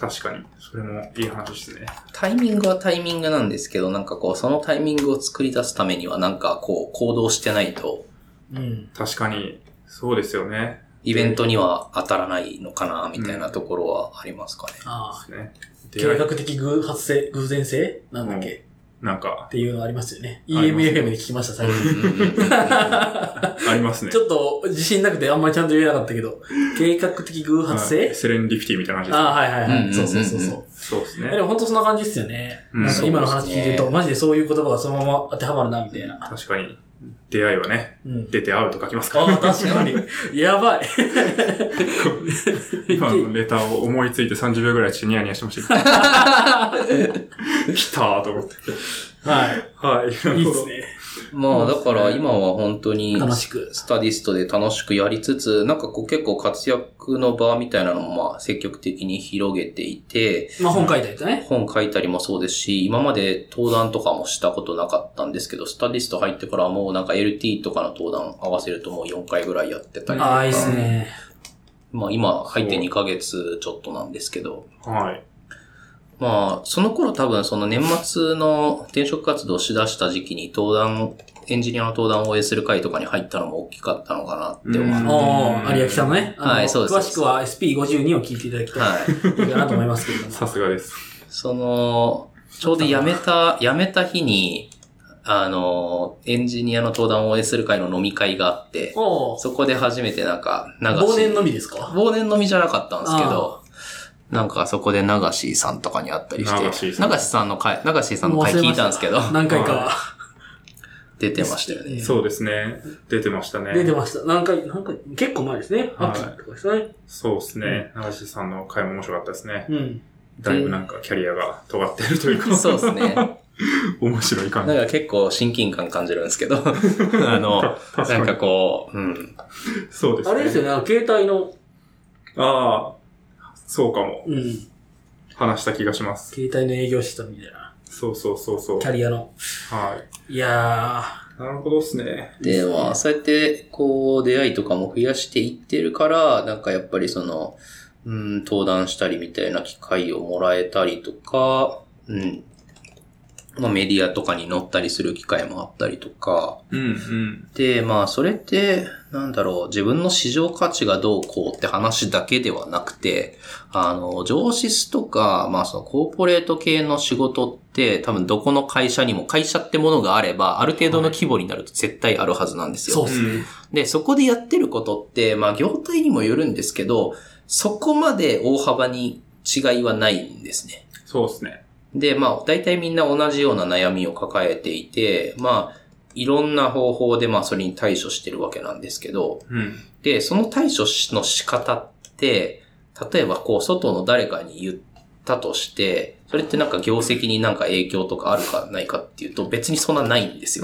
確かに。それもいい話ですね。 タイミングはタイミングなんですけど、なんかこう、そのタイミングを作り出すためには、なんかこう、行動してないと、 うん。 確かに、そうですよね。 イベントには当たらないのかな、みたいなところはありますかね。 うん、ああ。 ね、 計画的偶発性、偶然性なんだっけ、 うん、なんか。 っていうのありますよね。イーエムエフエム で聞きました、最近。 ありますね。 ちょっと自信なくてあんまりちゃんと言えなかったけど、計画的偶発性、 はい、セレンディフィティみたいな感じです、 ね。ああ、はいはいはい。うんうんうんうん、そうそうそうそう。 そうですね。 でも本当そんな感じですよね。うん、なんか今の話聞いてると、ね、マジでそういう言葉がそのまま当てはまるな、みたいな。 確かに。出会いはね、うん、出て会うと書きますから。 ああ、確かに。やばい。 今のネタを思いついてさんじゅうびょうぐらいちょっとニヤニヤしてました。来たーと思って。 はい。 はい。 いいですね。 まあだから今は本当に楽しくスタディストで楽しくやりつつ、なんかこう結構活躍の場みたいなのもまあ積極的に広げていて、 まあ本書いたりとね。 本書いたりもそうですし、今まで登壇とかもしたことなかったんですけど、スタディスト入ってからもうなんか エルティー とかの登壇合わせるともうよんかいぐらいやってたりとか。 ああ、いいですね。 まあ今入ってにかげつちょっとなんですけど。 はい。 まあ、その頃多分その年末の転職活動をしだした時期に登壇、エンジニアの登壇を応援する会とかに入ったのも大きかったのかなって思う。 ああ、有明さんのね。 はい、そうです。 詳しくは エスピーごじゅうに を聞いていただきたい。はい。いいかなと思いますけれども。 さすがです。 その、ちょうど辞めた、辞めた日に、あの、エンジニアの登壇を応援する会の飲み会があって、そこで初めてなんか、流し。 忘年飲みですか？ 忘年飲みじゃなかったんですけど、なんかそこで流しさんとかに会ったりして、流しさんの回、流しさんの回聞いたんですけど、 何回かは出てましたよね。 そうですね。出てましたね。 出てました。何回、何回、結構前ですね。秋とかですね。 そうですね。流しさんの回も面白かったですね。 うん。 だいぶなんかキャリアが尖ってるというか。 そうですね。 面白い感じ。 なんか結構親近感感じるんですけど、あの、なんかこう、うん。 そうですね。 あれですよね、携帯の。 ああ。そうかも。 うん。 話した気がします。 携帯の営業してたみたいな。 そうそうそうそう。 キャリアの。 はい。 いやー。なるほどっすね。 で、まあ、そうやって、こう、出会いとかも増やしていってるから、なんかやっぱりその、うん、登壇したりみたいな機会をもらえたりとか、うん。まあメディアとかに載ったりする機会もあったりとか。 うんうん。 で、まあそれって、なんだろう、自分の市場価値がどうこうって話だけではなくて、あの、上司とか、まあそのコーポレート系の仕事って多分どこの会社にも会社ってものがあれば、ある程度の規模になると絶対あるはずなんですよ。 はい、そうですね。 で、そこでやってることって、まあ業態にもよるんですけど、そこまで大幅に違いはないんですね。 そうですね。 で、まあ、大体みんな同じような悩みを抱えていて、まあ、いろんな方法でまあ、それに対処してるわけなんですけど、 うん、 で、その対処の仕方って、例えばこう、外の誰かに言ったとして、それってなんか業績になんか影響とかあるかないかっていうと、別にそんなないんですよ。 うん、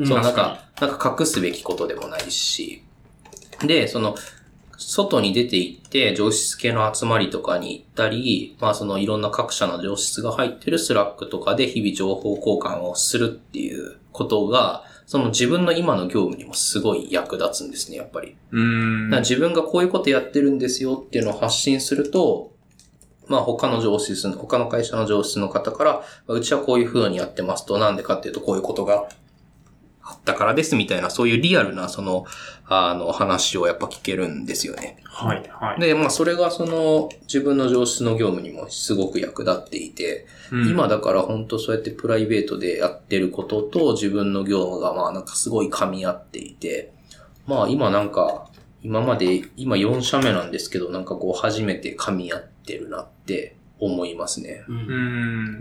そのなんか、なんか隠すべきことでもないし。で、その、外に出て行って上司系の集まりとかに行ったり、まあそのいろんな各社の上司が入ってるスラックとかで日々情報交換をするっていうことが、その自分の今の業務にもすごい役立つんですね、やっぱり。 うーん。 だから自分がこういうことやってるんですよっていうのを発信すると、まあ他の上司、他の会社の上司の方から、うちはこういう風にやってますと、なんでかっていうとこういうことがあったからですみたいな、そういうリアルなその、あの話をやっぱ聞けるんですよね。 はい、はい。 で、まあそれがその自分の上司の業務にもすごく役立っていて、うん、今だから本当そうやってプライベートでやってることと自分の業務がまあなんかすごい噛み合っていて、まあ今なんか、今まで、今よん社目なんですけど、なんかこう初めて噛み合ってるなって思いますね。 うん。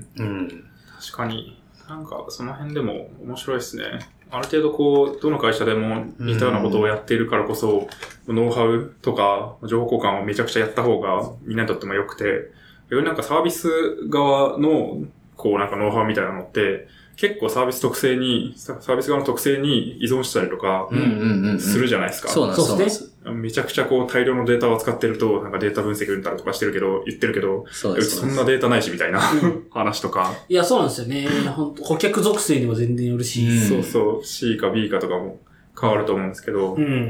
うん。 確かに。なんかその辺でも面白いですね。ある程度こう、どの会社でも似たようなことをやっているからこそ、ノウハウとか情報交換をめちゃくちゃやった方がみんなにとっても良くて、よりなんかサービス側のこうなんかノウハウみたいなのって、結構サービス特性に、サービス側の特性に依存したりとか、するじゃないですか。 そうなんです。 めちゃくちゃこう大量のデータを扱ってると、なんかデータ分析うんたらとかしてるけど、言ってるけど、 そうです。 うちそんなデータないしみたいな話とか。 いや、そうなんですよね。本当顧客属性にも全然よるし。 そうそう。C か B かとかも変わると思うんですけど。 うん。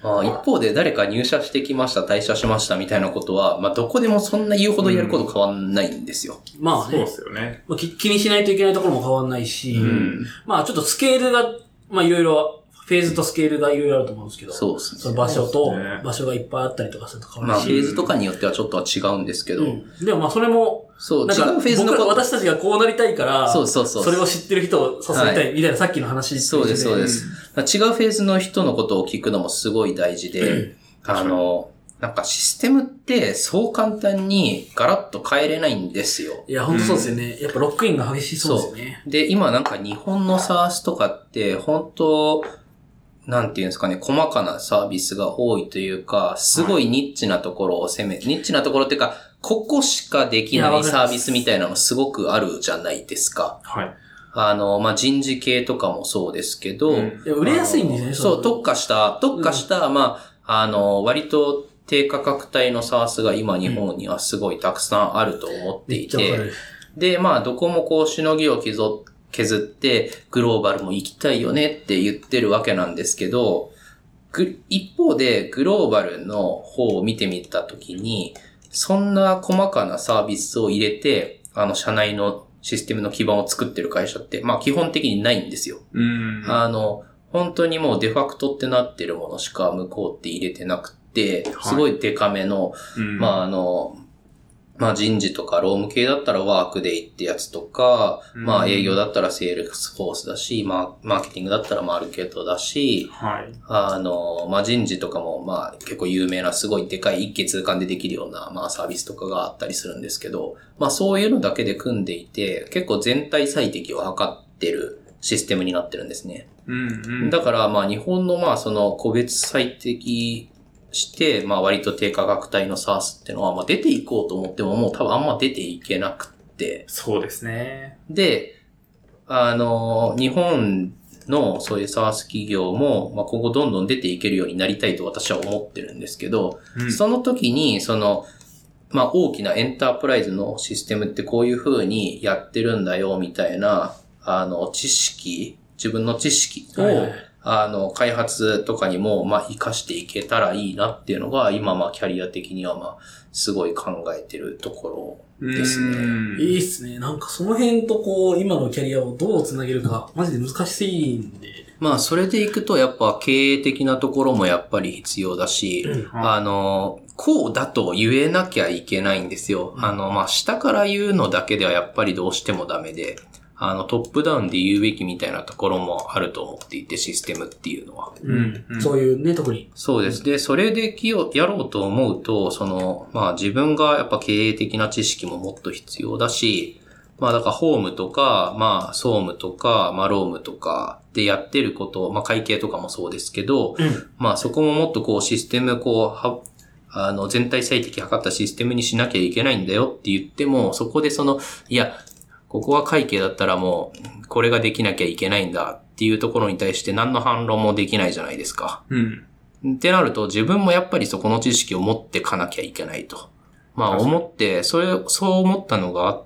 あ一方で誰か入社してきました、退社しましたみたいなことは、まあどこでもそんな言うほどやること変わんないんですよ。 うん、まあね。 そうですよね。 まあ、気にしないといけないところも変わんないし、 うん、 まあちょっとスケールが、まあいろいろ、フェーズとスケールがいろいろあると思うんですけど、 そうですね。 その場所と、場所がいっぱいあったりとかすると変わるし。 まあフェーズとかによってはちょっとは違うんですけど。うん、 でもまあそれも、 そう、 なんか違うフェーズのこと。私たちがこうなりたいから、そうそうそう。それを知ってる人を誘いたいみたいなさっきの話、 はい、そうです、そうです。違うフェーズの人のことを聞くのもすごい大事で、あの、なんかシステムってそう簡単にガラッと変えれないんですよ。 いや、ほんとそうですよね。うん、やっぱロックインが激しそうですよね。 で、今なんか日本の SaaS とかって本当なんていうんですかね、細かなサービスが多いというか、すごいニッチなところを攻め、はい、ニッチなところっていうか、ここしかできないサービスみたいなのすごくあるじゃないですか。 はい。 あの、まあ、人事系とかもそうですけど、うん、 売れやすいんですね。 そう、特化した、特化した、うん、まあ、あの、割と低価格帯の SaaS が今日本にはすごいたくさんあると思っていて、うん、で、まあ、どこもこう、しのぎを削って、削ってグローバルも行きたいよねって言ってるわけなんですけど、一方でグローバルの方を見てみたときに、そんな細かなサービスを入れて、あの社内のシステムの基盤を作ってる会社って、まあ基本的にないんですよ。 うん、 あの、本当にもうデファクトってなってるものしか向こうって入れてなくて、すごいデカめの、はい、まああの、まあ人事とか労務系だったらワークデイってやつとか、うん、まあ営業だったらセールスフォースだし、まあマーケティングだったらマーケットだし、 はい、 あの、まあ人事とかもまあ結構有名なすごいでかい一気通貫でできるようなまあサービスとかがあったりするんですけど、まあそういうのだけで組んでいて、結構全体最適を図ってるシステムになってるんですね。 うんうん、 だからまあ日本のまあその個別最適して、まあ割と低価格帯の SaaS っていうのは、まあ出ていこうと思ってももう多分あんま出ていけなくって。 そうですね。 で、あの、日本のそういう SaaS 企業も、まあ今後どんどん出ていけるようになりたいと私は思ってるんですけど、うん、その時に、その、まあ大きなエンタープライズのシステムってこういう風にやってるんだよ、みたいな、あの、知識、自分の知識を、はいはい、あの、開発とかにも、まあ、活かしていけたらいいなっていうのが、今、まあ、キャリア的には、まあ、すごい考えてるところですね。 いいっすね。なんか、その辺とこう、今のキャリアをどうつなげるか、マジで難しいんで。 まあ、それでいくと、やっぱ、経営的なところもやっぱり必要だし、うん、あの、こうだと言えなきゃいけないんですよ。うん、あの、まあ、下から言うのだけではやっぱりどうしてもダメで、あの、トップダウンで言うべきみたいなところもあると思っていて、システムっていうのは。 うんうん、そういうね、特に。 そうです。で、それでやろうと思うと、その、まあ自分がやっぱ経営的な知識ももっと必要だし、まあだからホームとか、まあ総務とか、まあ労務とかでやってること、まあ会計とかもそうですけど、うん、まあそこももっとこうシステムこう、はあの、全体最適測ったシステムにしなきゃいけないんだよって言っても、そこでその、いや、ここは会計だったらもう、これができなきゃいけないんだっていうところに対して何の反論もできないじゃないですか。 うん。 ってなると自分もやっぱりそこの知識を持ってかなきゃいけないと。まあ思って、それ、そう思ったのがあって、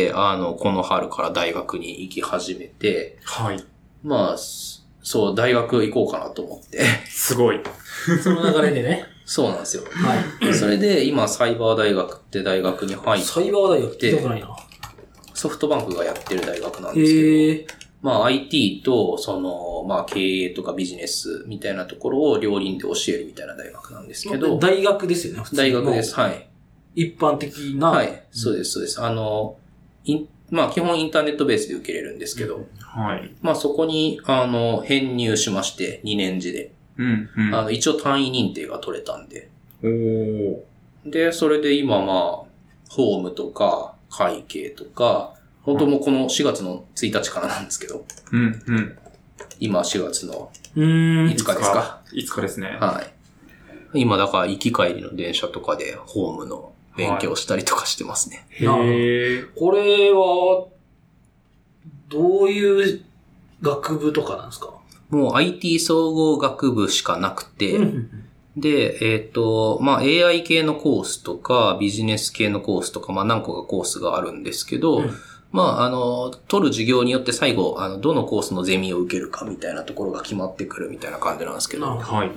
あの、この春から大学に行き始めて。 はい。 まあ、そう、大学行こうかなと思って。 すごい。 その流れでね。 そうなんですよ。 はい。 それで今サイバー大学って大学に入って。 サイバー大学って聞いたことないな。 ソフトバンクがやってる大学なんですけど、まあ アイティー とそのまあ経営とかビジネスみたいなところを両輪で教えるみたいな大学なんですけど、 大学ですよね。普通の大学です。はい。 一般的な。 はい。そうですそうです。あのまあ基本インターネットベースで受けれるんですけど、 はい。 まあそこにあの編入しましてにねん次で、 うんうん、 あの一応単位認定が取れたんで、 おー。 でそれで今まあホームとか会計とか、本当もうこのしがつのついたちからなんですけど。 うんうん。 今しがつのいつかですか。 いつかですね。 はい。今だから行き帰りの電車とかでホームの勉強したりとかしてますね。 はい、へー。 これは、どういう学部とかなんですか？ もう アイティー 総合学部しかなくて、で、えっと、まあ エーアイ 系のコースとか、ビジネス系のコースとか、まあ何個かコースがあるんですけど、うん、まああの、取る授業によって最後、あの、どのコースのゼミを受けるかみたいなところが決まってくるみたいな感じなんですけど。 はい。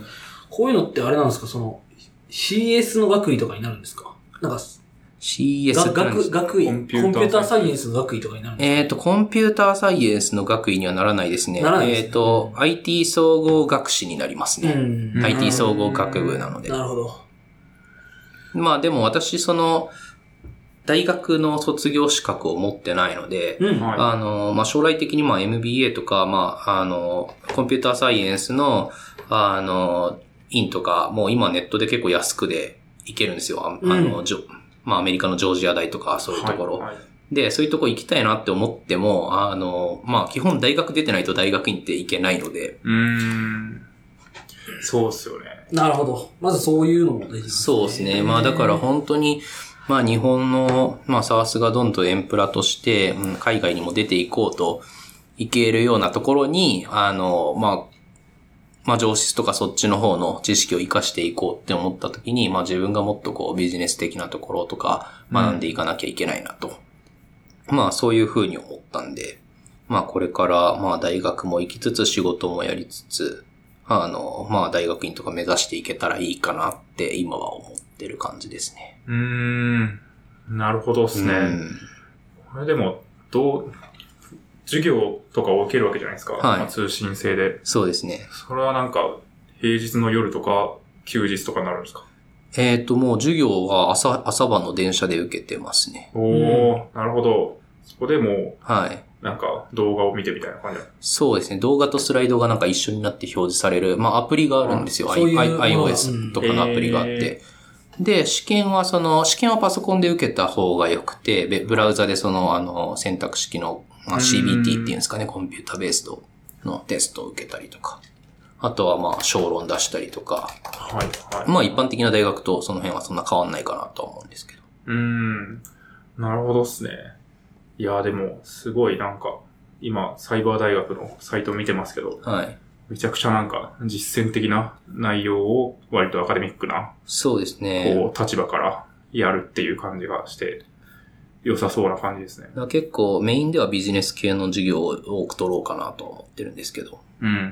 こういうのってあれなんですか、その、シーエス の学位とかになるんですか？なんか、 シーエス って何ですか？ 学、学位、コンピューターサイエンスの学位とかになるんですか？ えっと、コンピューターサイエンスの学位にはならないですね。 ならないですね。 えっと、アイティー 総合学士になりますね。 うん、 アイティー 総合学部なので。 なるほど。 まあでも私、その、大学の卒業資格を持ってないので、 うん、 あの、まあ、将来的にまあ エムビーエー とか、まあ、あの、コンピューターサイエンスの、あの、院とか、もう今ネットで結構安くで行けるんですよ。あの、うん、じょまあ、アメリカのジョージア大とか、そういうところ。はいはい、で、そういうとこ行きたいなって思っても、あの、まあ、基本大学出てないと大学院って行けないので。 うーん。そうっすよね。 なるほど。まずそういうのも大事ですね。 そうですね。まあ、だから本当に、まあ日本の、まあサースがどんどんエンプラとして、うん、海外にも出ていこうといけるようなところに、あの、まあ、まあ上質とかそっちの方の知識を活かしていこうって思った時に、まあ自分がもっとこうビジネス的なところとか学んでいかなきゃいけないなと。うん、まあそういうふうに思ったんで、まあこれからまあ大学も行きつつ仕事もやりつつ、あの、まあ大学院とか目指していけたらいいかなって今は思ってる感じですね。 うーん。なるほどですね。これでも、どう、授業とかを受けるわけじゃないですか。はい。まあ、通信制で。 そうですね。 それはなんか、平日の夜とか、休日とかになるんですか？ えっと、もう授業は朝、朝晩の電車で受けてますね。 おー、うん、なるほど。そこでもう、 はい。 なんか動画を見てみたいな感じ。 そうですね。動画とスライドがなんか一緒になって表示される、まあアプリがあるんですよ。そういう iOS とかのアプリがあって。えー、で、試験はその、試験はパソコンで受けた方が良くて、ブラウザでその、あの、選択式の、まあ、シービーティー っていうんですかね、コンピュータベースドのテストを受けたりとか。あとはまあ、小論出したりとか。 はい、はい。 まあ一般的な大学とその辺はそんな変わんないかなとは思うんですけど。 うーん。なるほどっすね。いや、でも、すごいなんか、今、サイバー大学のサイトを見てますけど、 はい。 めちゃくちゃなんか、実践的な内容を、割とアカデミックな、 そうですね。 こう、立場からやるっていう感じがして、良さそうな感じですね。 結構、メインではビジネス系の授業を多く取ろうかなと思ってるんですけど。 うん、うん、うん、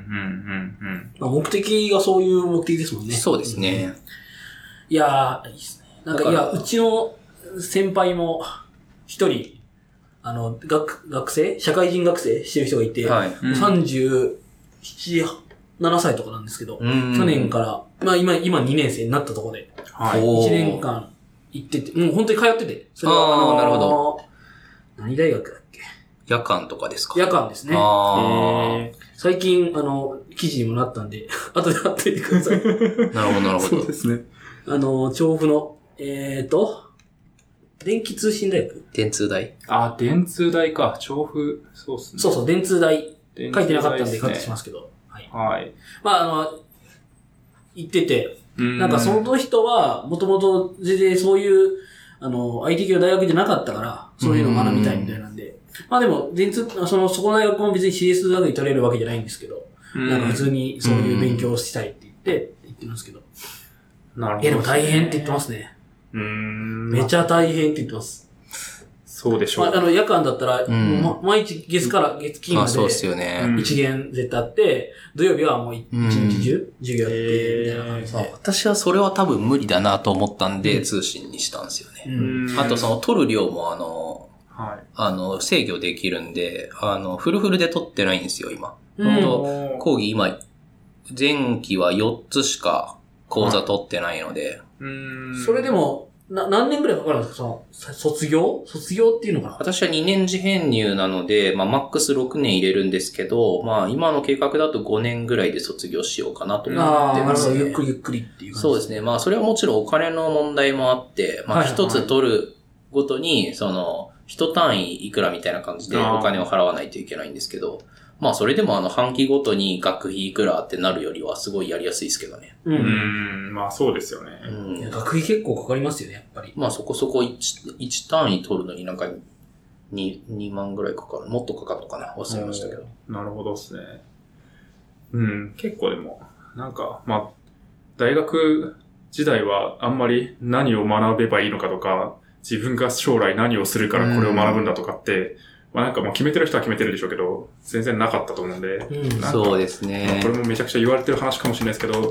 うん。目的がそういう目的ですもんね。 そうですね。 うん、いやー、いいですね。なんか、いや、うちの先輩も、一人、あの、学、学生社会人学生してる人がいて、はい、うん、さんじゅうなな、ななさいとかなんですけど、去年から、まあ今、今にねん生になったところで、はい、いちねんかん行ってて、もう本当に通ってて、それはあ、あのー、なるほど。何大学だっけ？ 夜間とかですか？ 夜間ですね。あ最近、あの、記事にもなったんで、後で貼っていてください。 なるほど、なるほど。 そうですね。 あの、調布の、えーと、電気通信大学電通大あ、電通大か。調布、そうっすね。 そうそう、電通大。書いてなかったんでカットしますけど。はい。 はい。 まあ、あの、言ってて、んなんかその人は、もともと全然そういう、あの、アイティー 系の大学じゃなかったから、そういうのを学びたいみたいなんで。まあでも、電通、その、そこの大学も別に シーエス 学位取れるわけじゃないんですけど、んなんか普通にそういう勉強をしたいって言って、言ってますけど。 なるほど、ね。 え、でも大変って言ってますね。 うーんめちゃ大変って言ってます。 そうでしょう。 まあ、あの、夜間だったら、うん、ま、毎日月から月金まで、 そうですよね。 一限絶対あって、土曜日はもう一日中、授業やって、みたいな感じで。 私はそれは多分無理だなと思ったんで、うん、通信にしたんですよね。うん、あとその取る量もあの、はい、あの、制御できるんで、あの、フルフルで取ってないんですよ、今。本当講義今、前期はよっつしか講座取ってないので。 うん、それでも、な、何年くらいかかるんですかその、卒業卒業っていうのかな私はにねん次編入なので、まあ、マックスろくねん入れるんですけど、まあ、今の計画だとごねんぐらいで卒業しようかなと思ってます、ね。 ああ、ゆっくりゆっくりっていう感じ。 そうですね。まあ、それはもちろんお金の問題もあって、まあ、一つ取るごとに、その、一単位いくらみたいな感じでお金を払わないといけないんですけど、まあ、それでもあの、半期ごとに学費いくらってなるよりはすごいやりやすいですけどね。 うん。うんまあ、そうですよね。 うん。学費結構かかりますよね、やっぱり。 まあ、そこそこ 1, 1単位取るのになんかに、にまんぐらいかかる。もっとかかるのかな忘れましたけど。 なるほどですね。うん。結構でも、なんか、まあ、大学時代はあんまり何を学べばいいのかとか、自分が将来何をするからこれを学ぶんだとかって、うんまあなんかもう決めてる人は決めてるでしょうけど、全然なかったと思うんで。 うん、そうですね。 これもめちゃくちゃ言われてる話かもしれないですけど、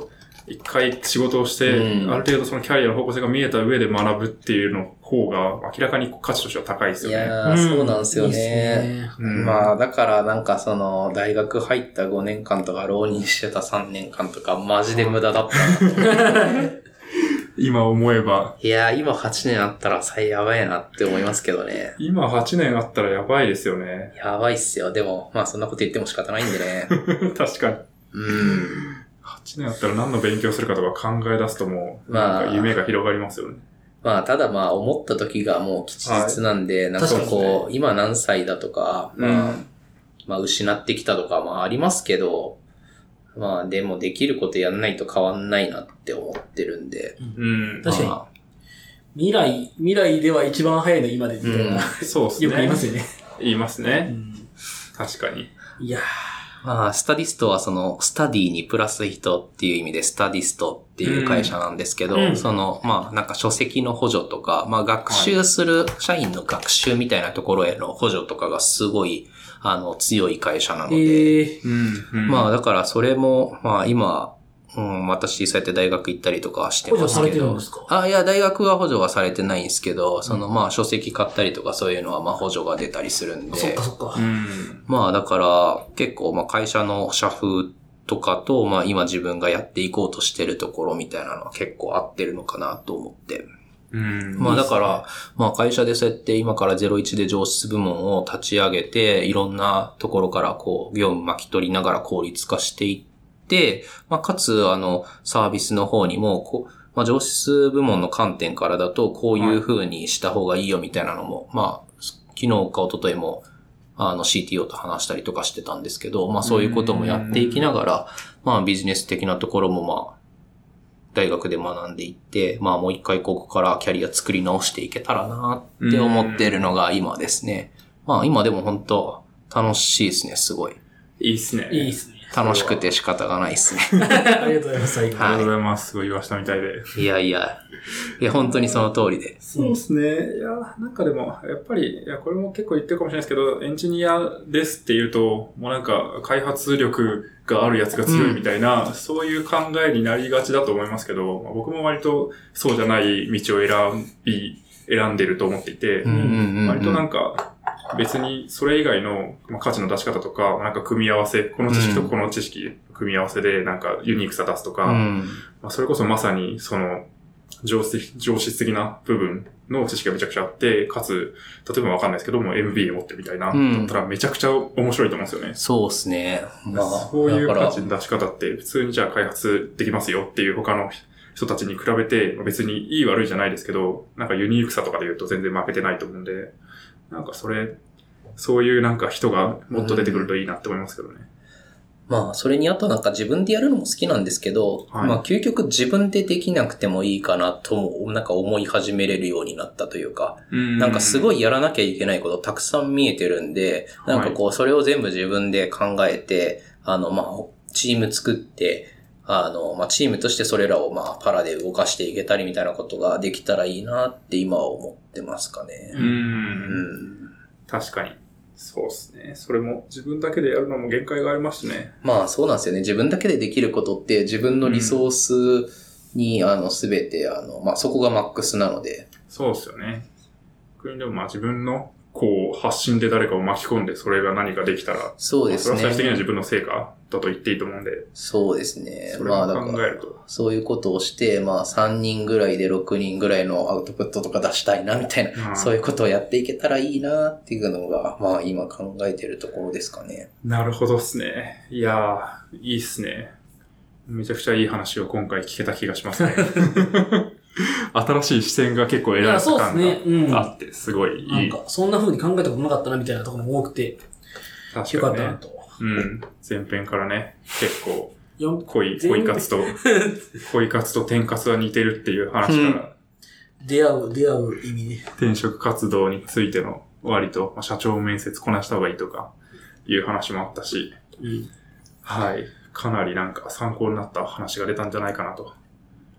一回仕事をして、うん、ある程度そのキャリアの方向性が見えた上で学ぶっていうの方が明らかに価値としては高いですよね。 いやー、そうなんですよね。うん、まあ、だからなんかその、大学入ったごねんかんとか浪人してたさんねんかんとかマジで無駄だったなと。 今思えば。 いやー、今はちねんあったら最やばいなって思いますけどね。 今はちねんあったらやばいですよね。 やばいっすよ。でも、まあそんなこと言っても仕方ないんでね。 確かに。 うん。 はちねんあったら何の勉強するかとか考え出すともう、なんか夢が広がりますよね。 まあ、ただまあ、思った時がもう吉日なんで、はい、なんかこう、ね、今何歳だとか、まあ、うん、まあ、失ってきたとか、まあ、ありますけど、まあ、でもできることやんないと変わんないなって思ってるんで。 うん。確かに。まあ、未来、未来では一番早いの今で、みたいな、うん。 そうですね。 よく言いますよね。 言いますね。うん、確かに。 いやー。 まあ、スタディストはその、スタディにプラス人っていう意味でスタディストっていう会社なんですけど、うん、その、まあ、なんか書籍の補助とか、まあ、学習する、社員の学習みたいなところへの補助とかがすごい、あの、強い会社なので、えーうんうん、まあ、だからそれも、まあ、今、うん、私、そうやって大学行ったりとかしてますけど。補助されてるんですか？あ、いや、大学は補助はされてないんですけど、その、まあ、書籍買ったりとかそういうのは、まあ、補助が出たりするんで。 そっかそっか。うん、 まあ、だから、結構、まあ、会社の社風とかと、まあ、今自分がやっていこうとしてるところみたいなのは結構合ってるのかなと思って。うん、まあだから、いいね、まあ会社でそうやって今からゼロイチで上質部門を立ち上げて、いろんなところからこう、業務巻き取りながら効率化していって、で、まあ、かつ、あの、サービスの方にも、こう、まあ、上質部門の観点からだと、こういう風にした方がいいよみたいなのも、はい、まあ、昨日か一昨日も、あの、シーティーオー と話したりとかしてたんですけど、まあ、そういうこともやっていきながら、まあ、ビジネス的なところも、まあ、大学で学んでいって、まあ、もう一回ここからキャリア作り直していけたらなって思ってるのが今ですね。まあ、今でも本当楽しいですね、すごい。 いいっすね。 いいっすね。 楽しくて仕方がないですね。 ありがとうございます。 ありがとうございます。すごい言わしたみたいで。 いやいや。いや、本当にその通りで。 そうですね。いや、なんかでも、やっぱり、いや、これも結構言ってるかもしれないですけど、エンジニアですって言うと、もうなんか、開発力があるやつが強いみたいな、うん、そういう考えになりがちだと思いますけど、僕も割とそうじゃない道を選び、選んでると思っていて、割となんか、別にそれ以外の価値の出し方とか、なんか組み合わせ、この知識とこの知識組み合わせでなんかユニークさ出すとか、うん、まあ、それこそまさにその上質、上質的な部分の知識がめちゃくちゃあって、かつ、例えばわかんないですけども エムビー 持ってるみたいな、うん、だったらめちゃくちゃ面白いと思うんですよね。 そうですね。 まあ、そういう価値の出し方って普通にじゃあ開発できますよっていう他の人たちに比べて、別にいい悪いじゃないですけど、なんかユニークさとかで言うと全然負けてないと思うんで、なんかそれ、そういうなんか人がもっと出てくるといいなって思いますけどね。 うん、まあ、それにあとなんか自分でやるのも好きなんですけど、はい、まあ、究極自分でできなくてもいいかなとも、なんか思い始めれるようになったというか、んなんかすごいやらなきゃいけないことたくさん見えてるんで、なんかこう、それを全部自分で考えて、あの、まあ、チーム作って、あの、まあ、チームとしてそれらをまあ、パラで動かしていけたりみたいなことができたらいいなって今は思ってますかね。 うん。うん、確かに。そうですね。それも自分だけでやるのも限界がありますしね。 まあそうなんですよね。自分だけでできることって自分のリソースに、うん、あの、すべて、あの、まあそこがマックスなので。 そうですよね。逆にでもまあ自分のこう発信で誰かを巻き込んでそれが何かできたら。 そうですね。 それは最終的には自分の成果だと言っていいと思うんで。 そうですね。 それを考えると。 まあ、そういうことをして、まあさんにんぐらいでろくにんぐらいのアウトプットとか出したいなみたいな、うん、そういうことをやっていけたらいいなっていうのが、まあ今考えてるところですかね。 なるほどっすね。いやー、いいっすね。めちゃくちゃいい話を今回聞けた気がしますね。新しい視点が結構得られた感があって、すごいいい。 なんか、そんな風に考えたことなかったなみたいなところも多くて、 確かに、ね、よかったなと。うん。前編からね、結構、恋、恋活と、恋活と転活は似てるっていう話から、 うん、出会う、出会う意味で。 転職活動についての割と、まあ、社長面接こなした方がいいとか、いう話もあったし、うん、はい。かなりなんか参考になった話が出たんじゃないかなと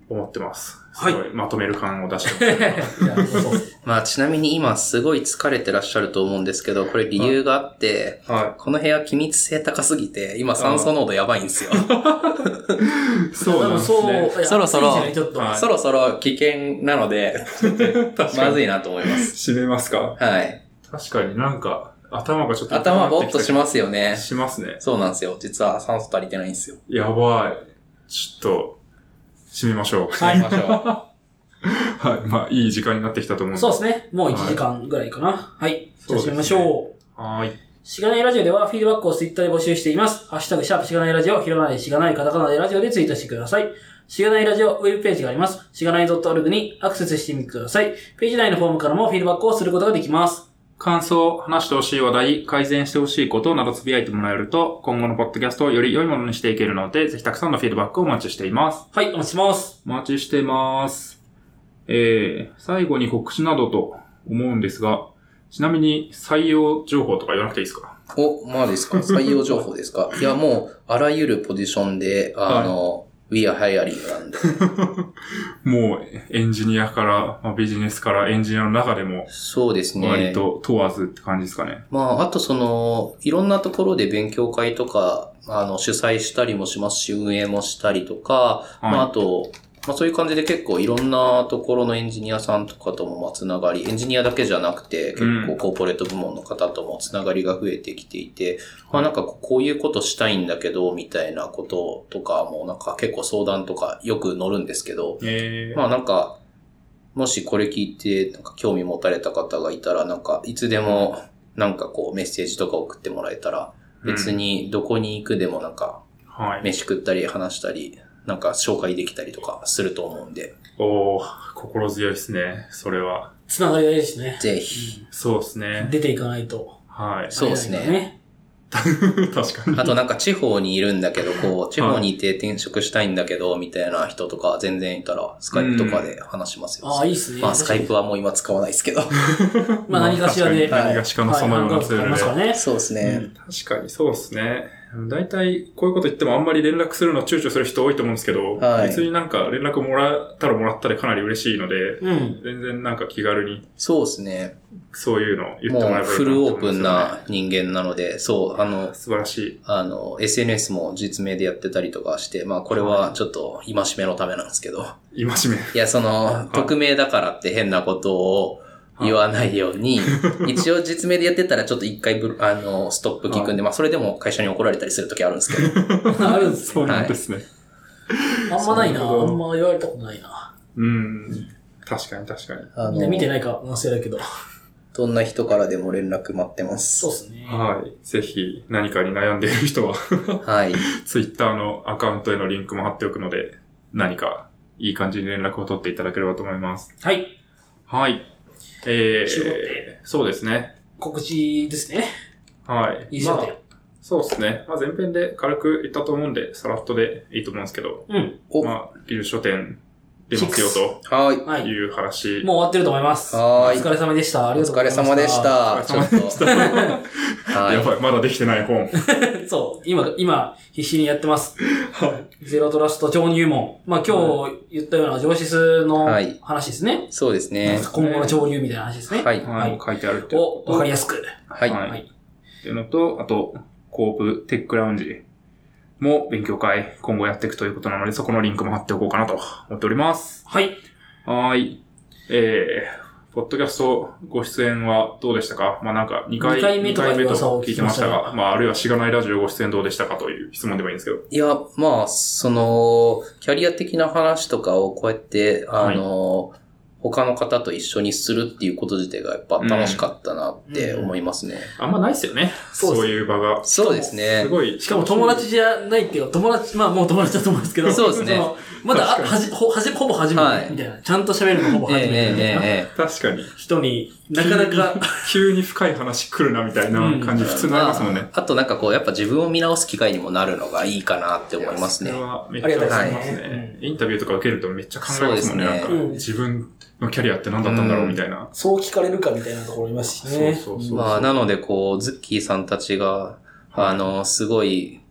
思ってます。 はい。 すごいまとめる感を出してます。 まあちなみに今すごい疲れてらっしゃると思うんですけど、これ理由があって、はい、この部屋機密性高すぎて、今酸素濃度やばいんですよ。 そうなんですね。 そろそろ、はい、そろそろ危険なので、まずいなと思います。 閉めますか？ はい。 確かになんか、頭がちょっと頭ぼっとしますよね。 しますね。 そうなんですよ。実は酸素足りてないんですよ。 やばい。ちょっと、閉めましょう。 閉めましょう。 はい。まあ、いい時間になってきたと思うんで。 そうですね。もういちじかんぐらいかな。はい。はい、じゃあ閉めましょう。 はい。 しがないラジオではフィードバックをツイッターで募集しています。ハッシュタグ、シャープしがないラジオ、ひらがなでしがないカタカナでラジオでツイートしてください。しがないラジオウェブページがあります。しがない .org にアクセスしてみてください。ページ内のフォームからもフィードバックをすることができます。 感想、話してほしい話題、改善してほしいことなどつぶやいてもらえると、今後のポッドキャストをより良いものにしていけるので、ぜひたくさんのフィードバックをお待ちしています。 はい、お待ちしてます。 お待ちしてます。えー、最後に告知などと思うんですが、ちなみに採用情報とか言わなくていいですか？ お、まあですか？採用情報ですか？いや、もう、あらゆるポジションで、あの、はい、We are hiring なんで。 もう、エンジニアから、まあ、ビジネスからエンジニアの中でも。 そうですね。 割と問わずって感じですかね。 まあ、あとその、いろんなところで勉強会とか、あの、主催したりもしますし、運営もしたりとか、はい、まあ、あと、まあそういう感じで結構いろんなところのエンジニアさんとかともつながり、エンジニアだけじゃなくて結構コーポレート部門の方ともつながりが増えてきていて、うん、まあなんかこういうことしたいんだけど、みたいなこととかもなんか結構相談とかよく乗るんですけど、まあなんか、もしこれ聞いてなんか興味持たれた方がいたらなんかいつでもなんかこうメッセージとか送ってもらえたら、別にどこに行くでもなんか飯食ったり話したり、なんか紹介できたりとかすると思うんで。 おー、心強いですね。それは。 つながりがいいですね。 ぜひ、 うん。そうですね。 出ていかないと。 はい。 そうですね。 確かに。 あとなんか地方にいるんだけど、こう、地方にいて転職したいんだけど、みたいな人とか全然いたら、スカイプとかで話しますよ。 ああ、いいっすね。 まあスカイプはもう今使わないですけど。 まあ何かしらで。 何かしらのそのようなツールで。 はいね、 そうですね、うん。 確かにそうですね。大体こういうこと言ってもあんまり連絡するの躊躇する人多いと思うんですけど、はい、別になんか連絡もらったらもらったらかなり嬉しいので、うん、全然なんか気軽に。 そうですね。 そういうの言ってもらえばいいかなと思うんですよね。 もうフルオープンな人間なので、そう、あの、 素晴らしい。 あの、エスエヌエス も実名でやってたりとかして、まあこれはちょっと戒めのためなんですけど。 戒め。 いや、その、匿名だからって変なことを、言わないように、一応実名でやってたらちょっと一回ブ、あの、ストップ聞くんで、まあそれでも会社に怒られたりするときあるんですけど。 あるんですそうなんですね。 はい、あんまないな。あんま言われたことないな。 うん。確かに確かに。 あの見てないか忘れだけど。 どんな人からでも連絡待ってます。 そうですね。 はい。ぜひ何かに悩んでいる人は、 はい。 ツイッターのアカウントへのリンクも貼っておくので、何かいい感じに連絡を取っていただければと思います。 はい。 はい。えー、そうですね。 告知ですね。 はい。 以上で、 まあ。そうですね。まあ、前編で軽く言ったと思うんで、さらっとでいいと思うんですけど。 うん。 まあ、技術書店出ますよと。 はい。 いう話。 もう終わってると思います。 はい。 お疲れ様でした。ありがとうございました。 お疲れ様でした。 ちょっと。はい。やばい、まだできてない本。 そう。今、今、必死にやってます。はい。ゼロトラスト超入門。まあ今日言ったような上司の話ですね。 はい、そうですね。 今後の潮流みたいな話ですね。 はい。 はい。書いてあるって。 をわかりやすく。 はい。 はい。っていうのと、あと、コープテックラウンジも勉強会今後やっていくということなので、そこのリンクも貼っておこうかなと思っております。 はい。 はい。えー、ポッドキャストご出演はどうでしたか？まあなんかにかい、にかいめと聞いてましたが、まああるいはしがないラジオご出演どうでしたかという質問でもいいんですけど。 いや、まあ、その、キャリア的な話とかをこうやって、あの、はい、他の方と一緒にするっていうこと自体がやっぱ楽しかったなって思いますね。 うんうん、あんまないっすよね。そういう場が。 そうですね。 すごい。 しかも友達じゃないっていうか、友達、まあもう友達だと思うんですけど。 そうですね。 まだ、はじ、ほ、はじ、ほぼ初めてみたいな。はい、ちゃんと喋るのほぼ初めてみたいな。えーえー、確かに。 人に、なかなか急に深い話来るなみたいな感じ、うん、普通になりますもんね、 まあ。あとなんかこう、やっぱ自分を見直す機会にもなるのがいいかなって思いますね。 それはめっちゃ思いますね。インタビューとか受けるとめっちゃ考えますもんね。なんか自分のキャリアって何だったんだろうみたいな、うん。 そう聞かれるかみたいなところありますしね。 そうそうそう。まあ、なのでこう、ズッキーさんたちが、あの、すごい、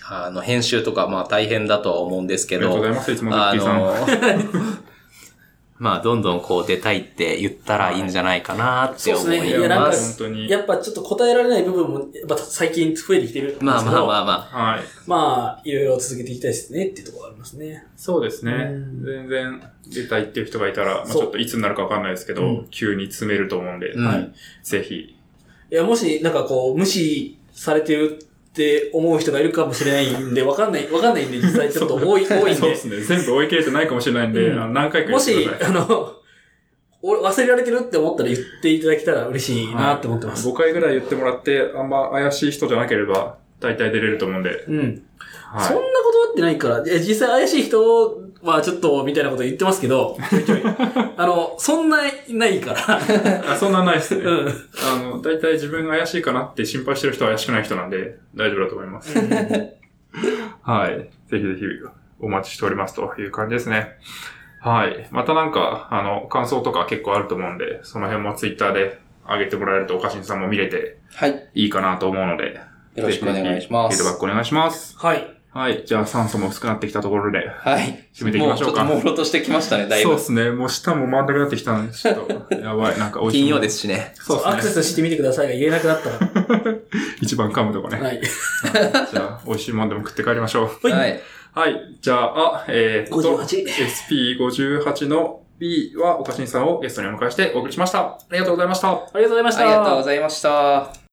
あの、編集とか、まあ大変だとは思うんですけど。 ありがとうございます、いつもズッキーさん。 あのまあ、どんどんこう出たいって言ったらいいんじゃないかなって思います。そうですね。いや、なんか、 本当に。 やっぱちょっと答えられない部分も、やっぱ最近増えてきてるんですけど。 まあまあまあまあ。はい。 まあ、いろいろ続けていきたいですねっていうところがありますね。 そうですね。全然出たいっていう人がいたら、まあちょっといつになるかわかんないですけど、うん、急に詰めると思うんで、うん、はい。ぜひ。いや、もし、なんかこう、無視されてるって思う人がいるかもしれないんで、わかんない、わかんないんで、実際ちょっと多い、多いんで。 そうですね。全部追い切れてないかもしれないんで、うん、何回か言ってください。 もし、あの、忘れられてるって思ったら言っていただけたら嬉しいなって思ってます。 はい、ごかいぐらい言ってもらって、あんま怪しい人じゃなければ、大体出れると思うんで。 うん。はい、そんなことってないから、実際怪しい人はちょっと、みたいなこと言ってますけど、ちょいちょい。あの、そんな、ないから。 あ、そんなないっすね。うん。あの、大体自分が怪しいかなって心配してる人は怪しくない人なんで、大丈夫だと思います。はい。ぜひぜひ、お待ちしておりますという感じですね。はい。またなんか、あの、感想とか結構あると思うんで、その辺もツイッターで上げてもらえるとおかしんさんも見れて、はい。いいかなと思うので、 よろしくお願いします。 フィードバックお願いします。 はい。 はい。じゃあ酸素も薄くなってきたところで、 はい。 締めていきましょうか。 もうちょっと朦朧としてきましたね、だいぶ。 そうですね。もう舌も回んなくなってきたんで、ちょっと、やばい。なんか美味しい。 金曜ですしね。 そうですね。アクセスしてみてくださいが言えなくなったら。 一番噛むとこね。 はい。 じゃあ、美味しいもんでも食って帰りましょう。 はい。 はい。じゃあ、あ、えー、 ごじゅうはち。 エスピーごじゅうはち の B は、おかしんさんをゲストにお迎えしてお送りしました。ありがとうございました。ありがとうございました。 ありがとうございました。